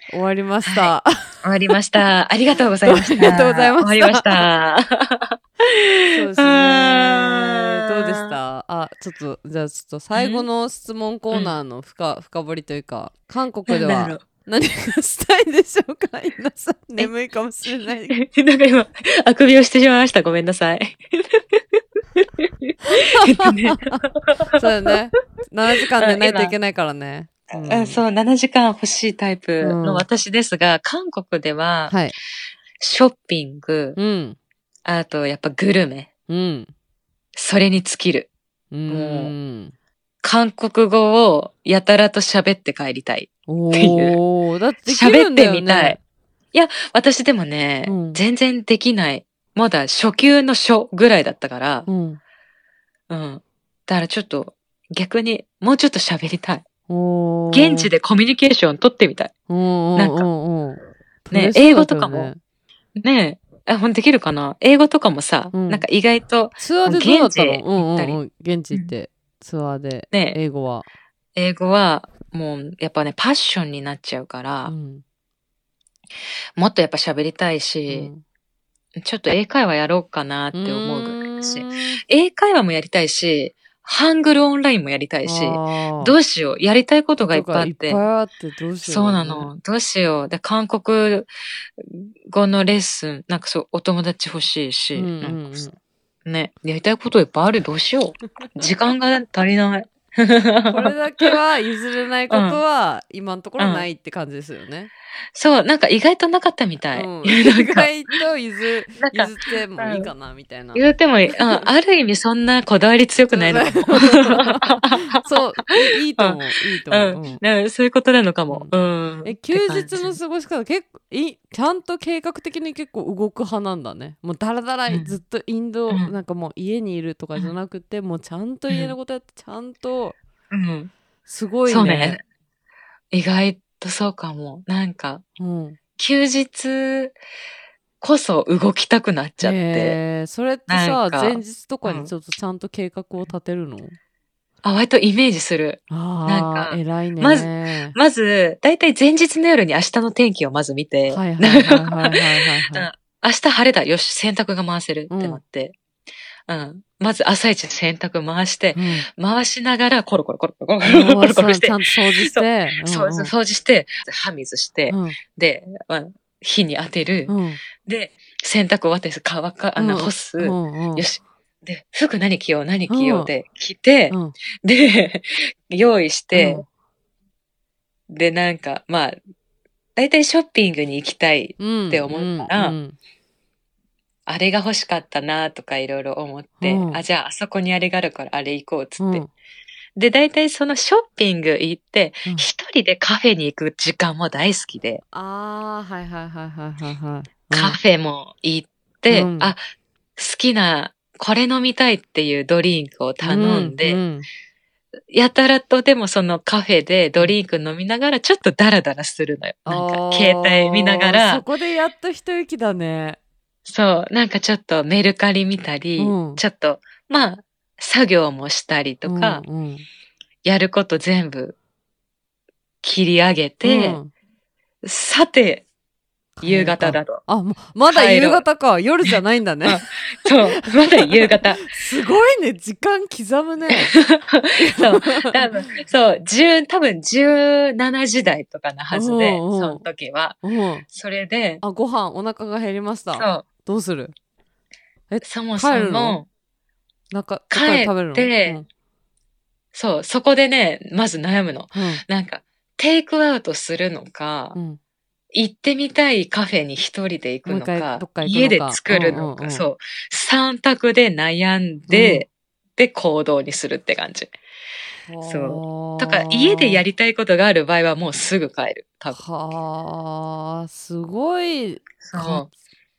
S1: 終わりました。
S2: 終わりました。ありがとうございました。
S1: ありがとうございました。
S2: 終わりました。
S1: そうですね。どうでした？あ、ちょっと、じゃあちょっと最後の質問コーナーの深、深掘りというか、韓国では何がしたいでしょうか？皆さん、眠いかもしれない。
S2: なんか今、あくびをしてしまいました。ごめんなさい。えっとね、
S1: そうだね。ななじかん寝ないといけないからね。
S2: うん、そう、ななじかん欲しいタイプの私ですが、うん、韓国では、はい、ショッピング、うん、あとやっぱグルメ、うん、それに尽きる。うん、もう韓国語をやたらと喋って帰りたいっていう。
S1: おー、だってできるんだよね。喋ってみたい。
S2: いや、私でもね、うん、全然できない。まだ初級の初ぐらいだったから、うん。うん。だからちょっと逆にもうちょっと喋りたい。現地でコミュニケーション取ってみたい。なんか、ね、英語とかも、ねえ、ほんできるかな？英語とかもさ、うん、なんか意外と、
S1: ツアーでどうだったの？うんうんうん、現地行って、ツアーで、ね、英語は。
S2: 英語は、もう、やっぱね、パッションになっちゃうから、うん、もっとやっぱ喋りたいし、うん、ちょっと英会話やろうかなって思うぐらいだし、英会話もやりたいし、ハングルオンラインもやりたいし、どうしよう。やりたいことがいっぱいあって。
S1: いっぱいあってどうしよう、
S2: ね。そうなの。どうしよう。で、韓国語のレッスン、なんかそう、お友達欲しいし、うんうんうん、ね、やりたいこといっぱいある。どうしよう。時間が足りない。
S1: これだけは譲れないことは、今のところないって感じですよね。うん、
S2: そう、なんか意外となかったみたい。
S1: うん、意外と譲、譲ってもいいかな、みたいな。
S2: 譲ってもいい。うん、ある意味そんなこだわり強くないのかも。
S1: そう、いいと思う、いいと思う。
S2: うんうん、そういうことなのかも。うん。
S1: え、休日の過ごし方、結構、い、ちゃんと計画的に結構動く派なんだね。もうだらだら、ずっとインド、うん、なんかもう家にいるとかじゃなくて、うん、もうちゃんと家のことやって、ちゃんと、うん、すごいね。
S2: そうね。意外とそうかも。なんか、うん、休日こそ動きたくなっちゃって。
S1: えー、それってさ、前日とかにちょっとちゃんと計画を立てるの？うん、
S2: あ、割とイメージする。
S1: あなんか、偉いね。
S2: まず、まず、だいたい前日の夜に明日の天気をまず見て、はいはいはいはいはい、はい。明日晴れだ。よし、洗濯が回せるってなって。うん。うん、まず朝一洗濯回して、うん、回しながらコロコロコロコロコロコロコロして。
S1: ちゃんと掃除して。
S2: そう、そう掃除して、歯水して、うん、で、まあ、火に当てる。うん、で、洗濯終わって乾か、あの、干す。うんうん、よし。で、服何着よう何着ようで着て、うん、で、用意して、うん、で、なんか、まあ、だいたいショッピングに行きたいって思ったら、うんうんうん、あれが欲しかったなとかいろいろ思って、うん、あ、じゃああそこにあれがあるからあれ行こうっつって。うん、で、だいたいそのショッピング行って、一、うん、人でカフェに行く時間も大好きで。
S1: ああ、はいはいはいはいはいはい。
S2: カフェも行って、うん、あ、好きな、これ飲みたいっていうドリンクを頼んで、うんうん、やたらとでもそのカフェでドリンク飲みながらちょっとダラダラするのよ。なんか携帯見ながら。
S1: そこでやっと一息だね。
S2: そう、なんかちょっとメルカリ見たり、うん、ちょっと、まあ、作業もしたりとか、うんうん、やること全部切り上げて、うん、さて、夕方だと。
S1: あ、まだ夕方か。夜じゃないんだね。
S2: そう、まだ夕方。
S1: すごいね。時間刻むね。
S2: そう、多分、そう、十、多分じゅうしちじ台とかなはずで、その時は。それで。
S1: あ、ご飯、お腹が減りました。そう。どうする？
S2: え、そもそも、
S1: なんか、
S2: 帰って、うん、そう、そこでね、まず悩むの。うん、なんか、テイクアウトするのか、うん、行ってみたいカフェに一人で行くのか、か家で作るのか、うんうんうん、そう、三択で悩んで、うん、で行動にするって感じ。そう。とか、家でやりたいことがある場合はもうすぐ帰る。多分。
S1: はあ、すごい、そう。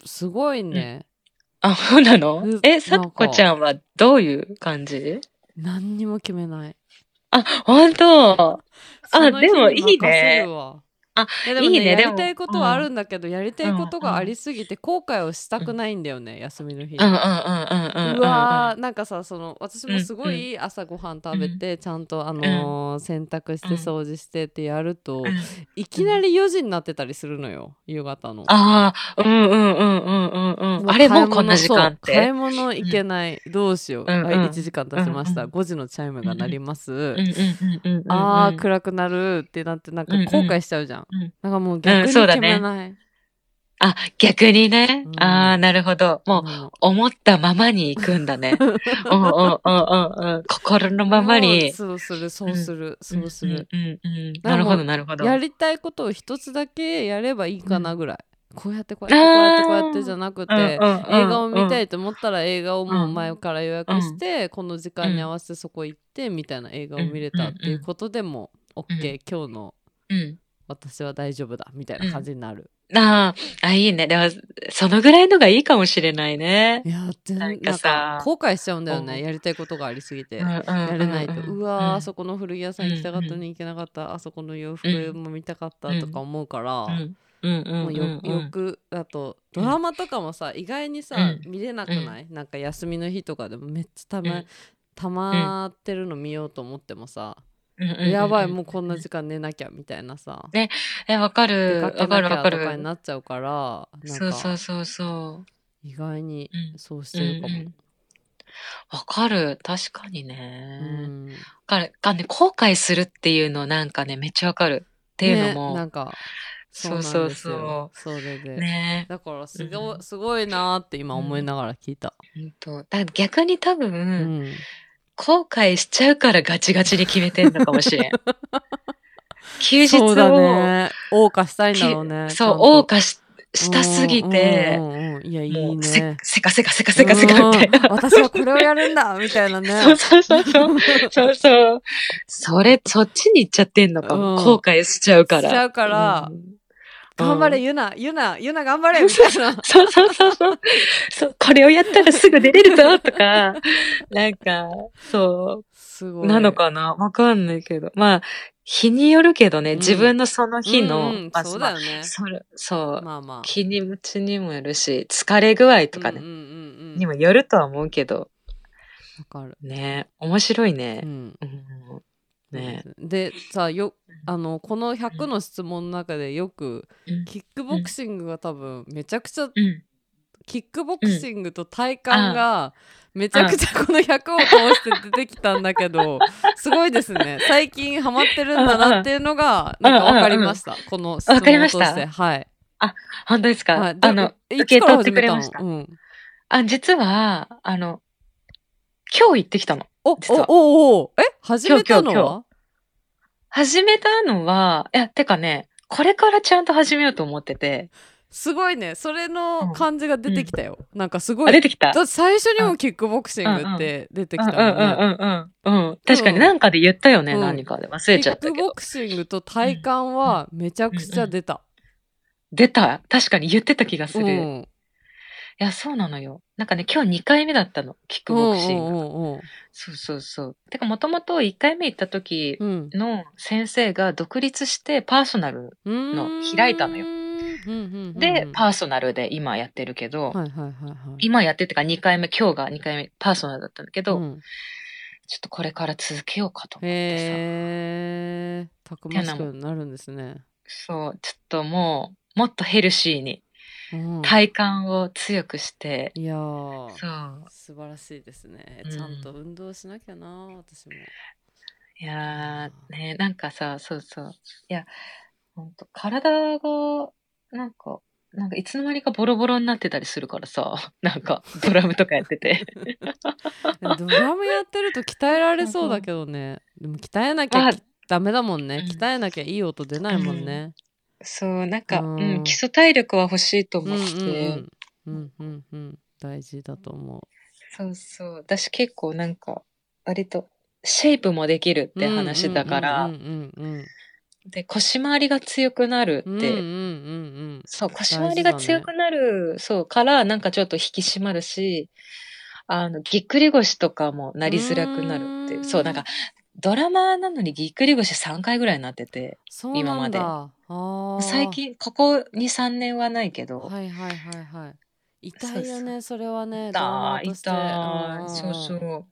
S1: すごいね。
S2: うん、あ、そうなの？え、さっこちゃんはどういう感じ？
S1: 何にも決めない。
S2: あ、ほんと。あ、でもいいね。 あ、
S1: いやでもね、
S2: いいね、
S1: や
S2: でも、
S1: りたいことはあるんだけど、やりた
S2: うん、
S1: いことがあ
S2: うん、
S1: りすぎて後悔をした
S2: うん、
S1: くないんだよね、休みの日
S2: うん、うん、
S1: に。
S2: うん、うん、
S1: う
S2: うん、うん、
S1: わー、なんかさ、その私
S2: うん、
S1: もすご
S2: うん、
S1: い朝ごはん食べ
S2: うん、
S1: てちゃんとあ
S2: うん、
S1: のー洗濯して
S2: うん、
S1: 掃除してってやると、
S2: うん、
S1: い
S2: うん。
S1: きなりよじになってたりするのよ、夕方の。
S2: ああ、うん、うん、うん、うん、うん、うん。
S1: もう
S2: あれ、もうこんな
S1: 買い物、
S2: 時間
S1: そう、買い
S2: って。
S1: 物行け
S2: うん、
S1: ない。どうしよう。
S2: うん、
S1: はい、1
S2: うん、
S1: 時間経
S2: うん、
S1: ちました。
S2: うん、
S1: ごじのチャイム
S2: うん、
S1: が鳴ります。
S2: うん、うん、うん、うん、うん、
S1: あー、
S2: うん、
S1: 暗くなるってなって、なん
S2: うん、
S1: か後
S2: うん、
S1: 悔しちゃうじゃん。
S2: うん、
S1: なんかもう
S2: うん、
S1: 逆に決め
S2: そうだね。
S1: ない。
S2: あ、逆にね。
S1: う
S2: ああ、
S1: ん。
S2: なるほど。もう、
S1: なの。
S2: 思ったままに行くんだね。うんうんうんうんうん。心のま
S1: でも、
S2: まに。
S1: そうする、そ
S2: うん。
S1: うする、
S2: うん
S1: そうする。
S2: うんうんうん。なるほど
S1: だからもう、
S2: なるほど。
S1: やりたいことを一つだけやればいい
S2: うん。
S1: かなぐらい。こうやってこうやってこうやってこうやってじ
S2: あ
S1: ゃなく
S2: あ。うん
S1: て、
S2: うん
S1: 映画を見
S2: うんうん。
S1: たいと思ったら映画をもう前
S2: うん。
S1: から予約し
S2: うん。
S1: て、この時間に合
S2: うん。
S1: わせてそこ行ってみたいな映画
S2: うん
S1: を見れたっていう
S2: うん
S1: ことでも
S2: うん。
S1: OK、今日の
S2: うん。
S1: 私は大丈夫だみたいな感
S2: うん。
S1: じになる。
S2: ああ、あ、いいね。でも、そのぐらいのがいいかもしれないね。
S1: いや、
S2: なんか
S1: 全なんか
S2: さ、
S1: 後悔しちゃうんだよね。
S2: こう、
S1: やりたいことがありすぎて。
S2: うんうんうん
S1: やれないと。うわー、あそ
S2: うん。
S1: この古着屋さ
S2: うん
S1: ん行きたかったの
S2: うん
S1: に行けなかった。あそこの洋服
S2: うん
S1: も見たかったとか
S2: うん
S1: 思うから、
S2: うんうんうん
S1: もうよ
S2: うんうん
S1: 欲だとド
S2: うん
S1: ラマとかもさ意外にさ
S2: うん
S1: 見れなく
S2: うん
S1: ない？なんか休みの日とかでもめっちゃたま
S2: うん
S1: た
S2: うん
S1: まってるの見ようと思ってもさ、
S2: うんうんうん
S1: やばい
S2: うん
S1: もうこんな
S2: うん。
S1: 時間寝なきゃみたいなさ、
S2: ね、え、わか
S1: 出か
S2: る、わかるわ
S1: けなきゃとかに
S2: かる。
S1: なっちゃうから、なん
S2: そうそう
S1: か
S2: そうそ
S1: 意外に
S2: う。うん。
S1: そうし
S2: うん
S1: てるかも。
S2: うん。わかる。確かに
S1: う
S2: ね。
S1: ん。
S2: わかる。がね、後悔するっていうのなんかね、めっちゃわかる。っていうの
S1: ね、な
S2: も、
S1: んかそうなん
S2: そうそう
S1: ですよ。
S2: そ
S1: それ
S2: う。
S1: で。
S2: ね。
S1: だから
S2: う
S1: すご
S2: ん。
S1: すごいなーって今
S2: うん。
S1: 思いながら聞いた。
S2: ほんと。だから逆に多
S1: う
S2: 分、
S1: ん。
S2: 後悔しちゃうからガチガチに決めてんのかもしれん。休日
S1: そうだ
S2: を、
S1: ね。謳歌したいんだろ
S2: き
S1: うね、ち
S2: そう、
S1: ゃんと。
S2: 謳歌し、
S1: う
S2: したすぎ
S1: んうん
S2: て、
S1: うんうん。いや、いい
S2: もう、せ、
S1: ね。
S2: せかせかせか
S1: う
S2: せかせかみ
S1: ん。
S2: たいな。
S1: 私はこれをやるんだみたいなね。
S2: そうそうそうそう。そうそう。それ、そっちに行っちゃってんのかも。後
S1: うん。
S2: 悔しちゃうから。
S1: しちゃうか
S2: う
S1: ら、
S2: ん。
S1: 頑張れ、
S2: うん。
S1: ゆな、ゆな、ゆな頑張れみたいな。
S2: そうそうそうそう。そう、これをやったらすぐ出れるぞとか、なんか、そう、なの
S1: すごい。
S2: かなわかんないけど。まあ、日によるけどね、自
S1: うん。
S2: 分のその
S1: うん
S2: 日の、
S1: うん。
S2: まあ、
S1: そう
S2: まあ、
S1: だよね。
S2: それ、そう、
S1: まあまあ。
S2: 気に持ちにもよるし、疲れ具合とかね、
S1: うんうんうんうん。
S2: にもよるとは思うけど、
S1: わかる。
S2: ね、面白いね。
S1: うん。
S2: うん、ね。
S1: そうですね。で、さ、よ、
S2: うん
S1: あの、このひゃくの質問の中でよく、
S2: うん
S1: キック
S2: うん
S1: ボクシングが多分めちゃくちゃ
S2: うん
S1: キックボク
S2: うん
S1: シングと体幹
S2: あ
S1: がめちゃく
S2: あ、
S1: ちゃこのひゃくを通して出てきたんだけど、すごいですね。最近ハマってる
S2: うん、
S1: んだな
S2: うん、
S1: っていうのが
S2: うん、
S1: なんか分かり
S2: うん、うん。
S1: ました。この質
S2: わかり
S1: 問を通して。
S2: ました
S1: はい。
S2: あ、本当ですか？
S1: はい。ど、
S2: あの、
S1: いつから
S2: 受け取って
S1: 始めたの？
S2: くれました？
S1: うん。
S2: あ、実は、あの、今日行ってきたの。
S1: お、お、
S2: 実は。
S1: お、お、え始め
S2: 今日、今日、今日。
S1: たのは？
S2: 始めたのは、いや、てかね、これからちゃんと始めようと思ってて。
S1: すごいね。それの
S2: うん。
S1: 感じが出
S2: うん。
S1: てきたよ。なんかすご
S2: あ、
S1: い。
S2: 出てきた？
S1: だって最初に
S2: うん。
S1: もキックボクシングっ
S2: うんうん。
S1: て出てき
S2: うんうん
S1: たもんね。
S2: うんうんうん。うん。確かに
S1: うん。
S2: なんかで言ったよね、
S1: うん。
S2: 何かで。忘れちゃ
S1: キッ
S2: ったけど。
S1: クボクシングと
S2: うん。
S1: 体幹
S2: うん。
S1: はめちゃく
S2: うんうん。
S1: ちゃ出た。
S2: 出た？確かに言ってた気が
S1: う
S2: する。
S1: ん。
S2: いや、そうなのよ。なんかね、今日にかいめだったの。キック
S1: うんう
S2: ボクシングが。
S1: んうん
S2: そうそうそう。てか、もともといっかいめ行った時
S1: うん。うん。
S2: の先生が独立してパーソナル
S1: う
S2: の開いたのよ。
S1: ーん。うんうんうん
S2: で、
S1: うん。
S2: パーソナルで今やってるけど、
S1: はいはいはいはい。
S2: 今やってってかにかいめ、今日がにかいめパーソナルだったんだけど、
S1: うん。
S2: ちょっとこれから続けようかと思ってさ。
S1: へえ、たくまし
S2: ていうのも、
S1: くなるんですね。
S2: そう、ちょっともう、もっとヘルシーに、
S1: うん。
S2: 体幹を強くして、
S1: いやー、
S2: そう、
S1: 素晴らしいですね。
S2: う
S1: ちゃんと
S2: ん。
S1: 運動しなきゃな、私も。い
S2: い
S1: や
S2: やー、ね、なんかさ、そうそう。いや、ほんと、体が、なんか、なんかいつの間にかボロボロになってたりするからさ、なんかドラムとかやってて。
S1: ーでもドラムやってると鍛えられ
S2: そうそう。
S1: そうだけどね。でも鍛えなきゃ
S2: あ、
S1: きダメだもんね。
S2: うん、
S1: 鍛えなきゃいい音出な
S2: う
S1: いもん
S2: ん。
S1: ね。
S2: そう、なん
S1: う
S2: か、うん、基
S1: ん。
S2: 礎体力は欲しいと思っ
S1: うんうんう
S2: て。
S1: ん。うんうんうん。大事だと思
S2: そうそう。私結構なんか、割と、シェイプもできるっ
S1: う。うんうんうん
S2: て話だから、
S1: うんうんうん。
S2: で、腰回りが強くなる
S1: うんうんうんう
S2: って、
S1: ん。
S2: そう、腰
S1: 大
S2: 回りが
S1: 事だね。
S2: 強くなる、そう、から、なんかちょっと引き締まるし、あの、ぎっくり腰とかもな
S1: う
S2: りづらくなるっていう。そう、なん
S1: ーん。
S2: か、ドラマーなのにぎっくり腰さんかいぐらいになってて、
S1: そうなん
S2: 今まで。
S1: だ。 あ
S2: 最近、ここに、さんねんはないけど。
S1: はいはいはいはい。痛いよ
S2: そう
S1: ね、それはね、
S2: 痛い
S1: ドラマーとして。
S2: 痛いそう
S1: う。
S2: そう。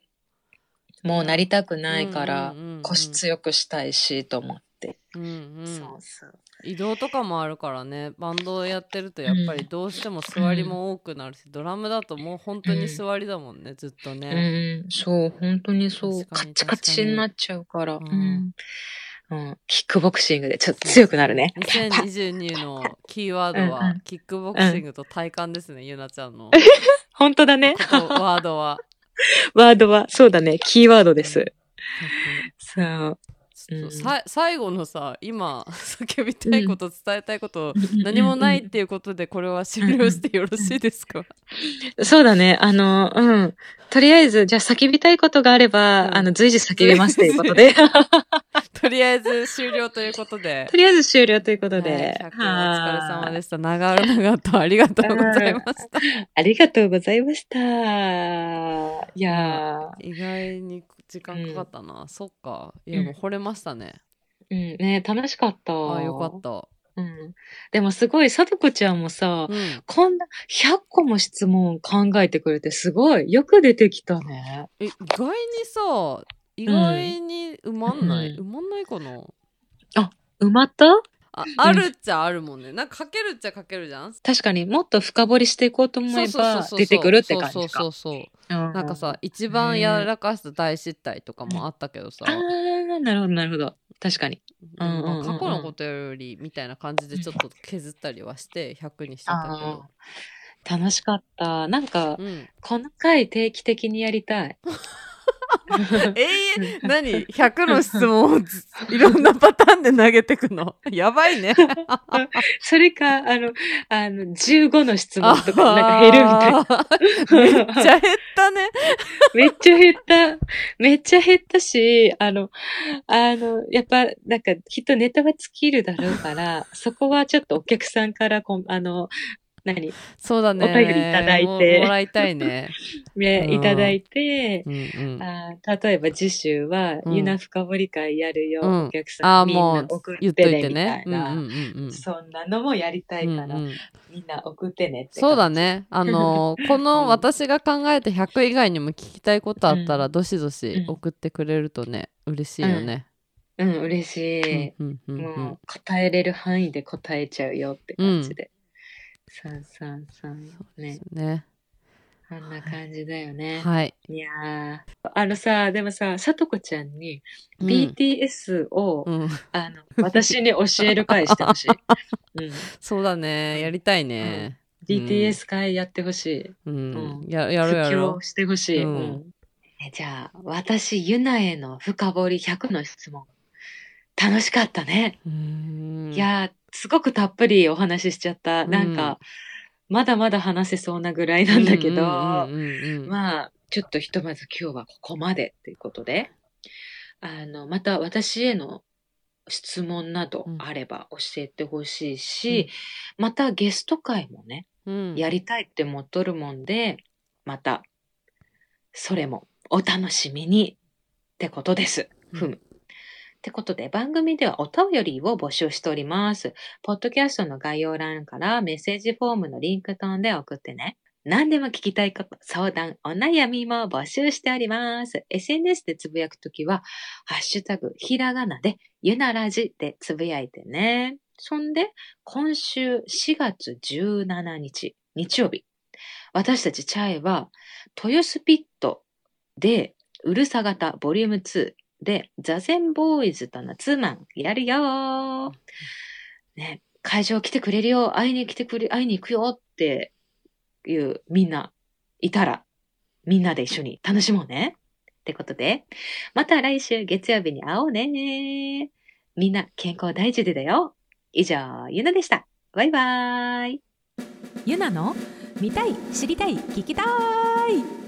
S2: もうなりたくないか
S1: うんうん
S2: ら、
S1: うんうん
S2: 腰強くしたいし、と思って。
S1: うんうん
S2: そうそう。
S1: 移動とかもあるからね、バンドをやってるとやっぱりどうしても座りも多くなるし、ドラムだともう本当に座りだもんね、ずっと
S2: う
S1: ね。
S2: ん、そう、本当にそう。
S1: 確かに
S2: カッチカチになっちゃうから。
S1: う
S2: うんん。うん、キックボクシングでちょっと強くなるね。
S1: にせんにじゅうにのキーワードは、
S2: うんうん
S1: キックボクシングと体幹ですね、ゆなちゃんの
S2: 本当だね。
S1: ことワードは。
S2: ワードは、そうだね。キーワードです。そう。
S1: ちょっと
S2: うん
S1: さ最後のさ、今叫びたいこと、伝えたいこと
S2: うん
S1: 何もないっていうことでこれは終了してよろしいですか？
S2: そうだね。あの、うん。とりあえず、じゃあ叫びたいことがあれば、
S1: うん
S2: あの、随時叫びますということで。
S1: とりあえず終了ということで。
S2: とりあえず終了ということ
S1: はい、
S2: で。
S1: ひゃくお疲れ様でした。長々とありがとうございました。
S2: ありがとうございました。いやー。
S1: 意外に時間かかったな。うん、そっか。いや、
S2: うん
S1: もう惚れましたね。
S2: うん、ね楽しかった。
S1: あ、よかった。
S2: うん。でもすごい、さとこちゃんもさ、
S1: うん、
S2: こんなひゃっこも質問考えてくれてすごい、よく出てきたね。
S1: え、意外にさ、意外に埋まんない、
S2: うん、
S1: 埋まんないかな。
S2: あ、埋まった？
S1: あ、あるっちゃあるもんね。なんか書けるっちゃ書けるじゃん。
S2: 確かにもっと深掘りしていこうと思えば出てくるって感じか。
S1: そうそうそうそう。
S2: うん、
S1: なんかさ、一番やらかした大失態とかもあったけどさ。
S2: あー、なるほどなるほど。確かに。
S1: うんうんうんうん、過去のことよりみたいな感じでちょっと削ったりはしてひゃくにしてたけど。
S2: 楽しかった。なんか、
S1: うん、
S2: この回定期的にやりたい。
S1: 永遠何ひゃくの質問をいろんなパターンで投げてくのやばいね。
S2: それかあのあのじゅうごの質問とかなんか減るみたいな。
S1: めっちゃ減ったね。
S2: めっちゃ減っためっちゃ減ったし、あのあのやっぱなんかきっとネタは尽きるだろうからそこはちょっとお客さんからこあの何
S1: そうだね、
S2: お便りいただいて
S1: も, もらいたいね。
S2: ね、うん、いただいて、
S1: うんうん、
S2: あ例えば次週は、うん、ゆな深掘り会やるよ、うん、お客さん、
S1: あ
S2: みんな送ってねみたいな、
S1: うんうんうんうん、
S2: そんなのもやりたいから、うんうん、みんな送ってねって感じ。
S1: そうだね。あのー、この私が考えたひゃく以外にも聞きたいことあったら、どしどし送ってくれるとね、嬉しいよね。
S2: うん、うん、嬉しい、うんうんうんうん。もう答えれる範囲で答えちゃうよって感じで。さんさんさんね。
S1: ね。
S2: こんな感じだよね。
S1: はい。
S2: いやー、あのさ、でもさ、さとこちゃんに ビーティーエス を、うん、あの私に教える会してほしい、うん。
S1: そうだね、やりたいね。
S2: うん、ビーティーエス 会やってほしい。
S1: うん、うん、ややろうやろう。
S2: 布教してほしい。うんうん、えじゃあ、私、ゆなへの深掘りひゃくの質問。楽しかったね。
S1: うん
S2: いやー、すごくたっぷりお話ししちゃった。うん、なんか、まだまだ話せそうなぐらいなんだけど、まあ、ちょっとひとまず今日はここまでということで、あの、また私への質問などあれば教えてほしいし、うん、またゲスト会もね、うん、やりたいって思っとるもんで、また、それもお楽しみにってことです。うん、ふむ。ってことで番組ではお便りを募集しております。ポッドキャストの概要欄からメッセージフォームのリンク飛んで送ってね。何でも聞きたいこと、相談、お悩みも募集しております。エスエヌエス でつぶやくときは、ハッシュタグ、ひらがなで、ゆならじでつぶやいてね。そんで、今週しがつじゅうしちにち、日曜日、私たちチャイは、豊洲ピットで、うるさ型ボリュームツー、で、ザゼンボーイズとのツーマンやるよー、ね、会場来てくれるよ、会いに来てくれ、会いに行くよっていうみんないたら、みんなで一緒に楽しもうね。ってことで、また来週月曜日に会おうね。みんな健康大事でだよ。以上、ゆなでした。バイバーイ。
S3: ゆなの見たい、知りたい、聞きたい。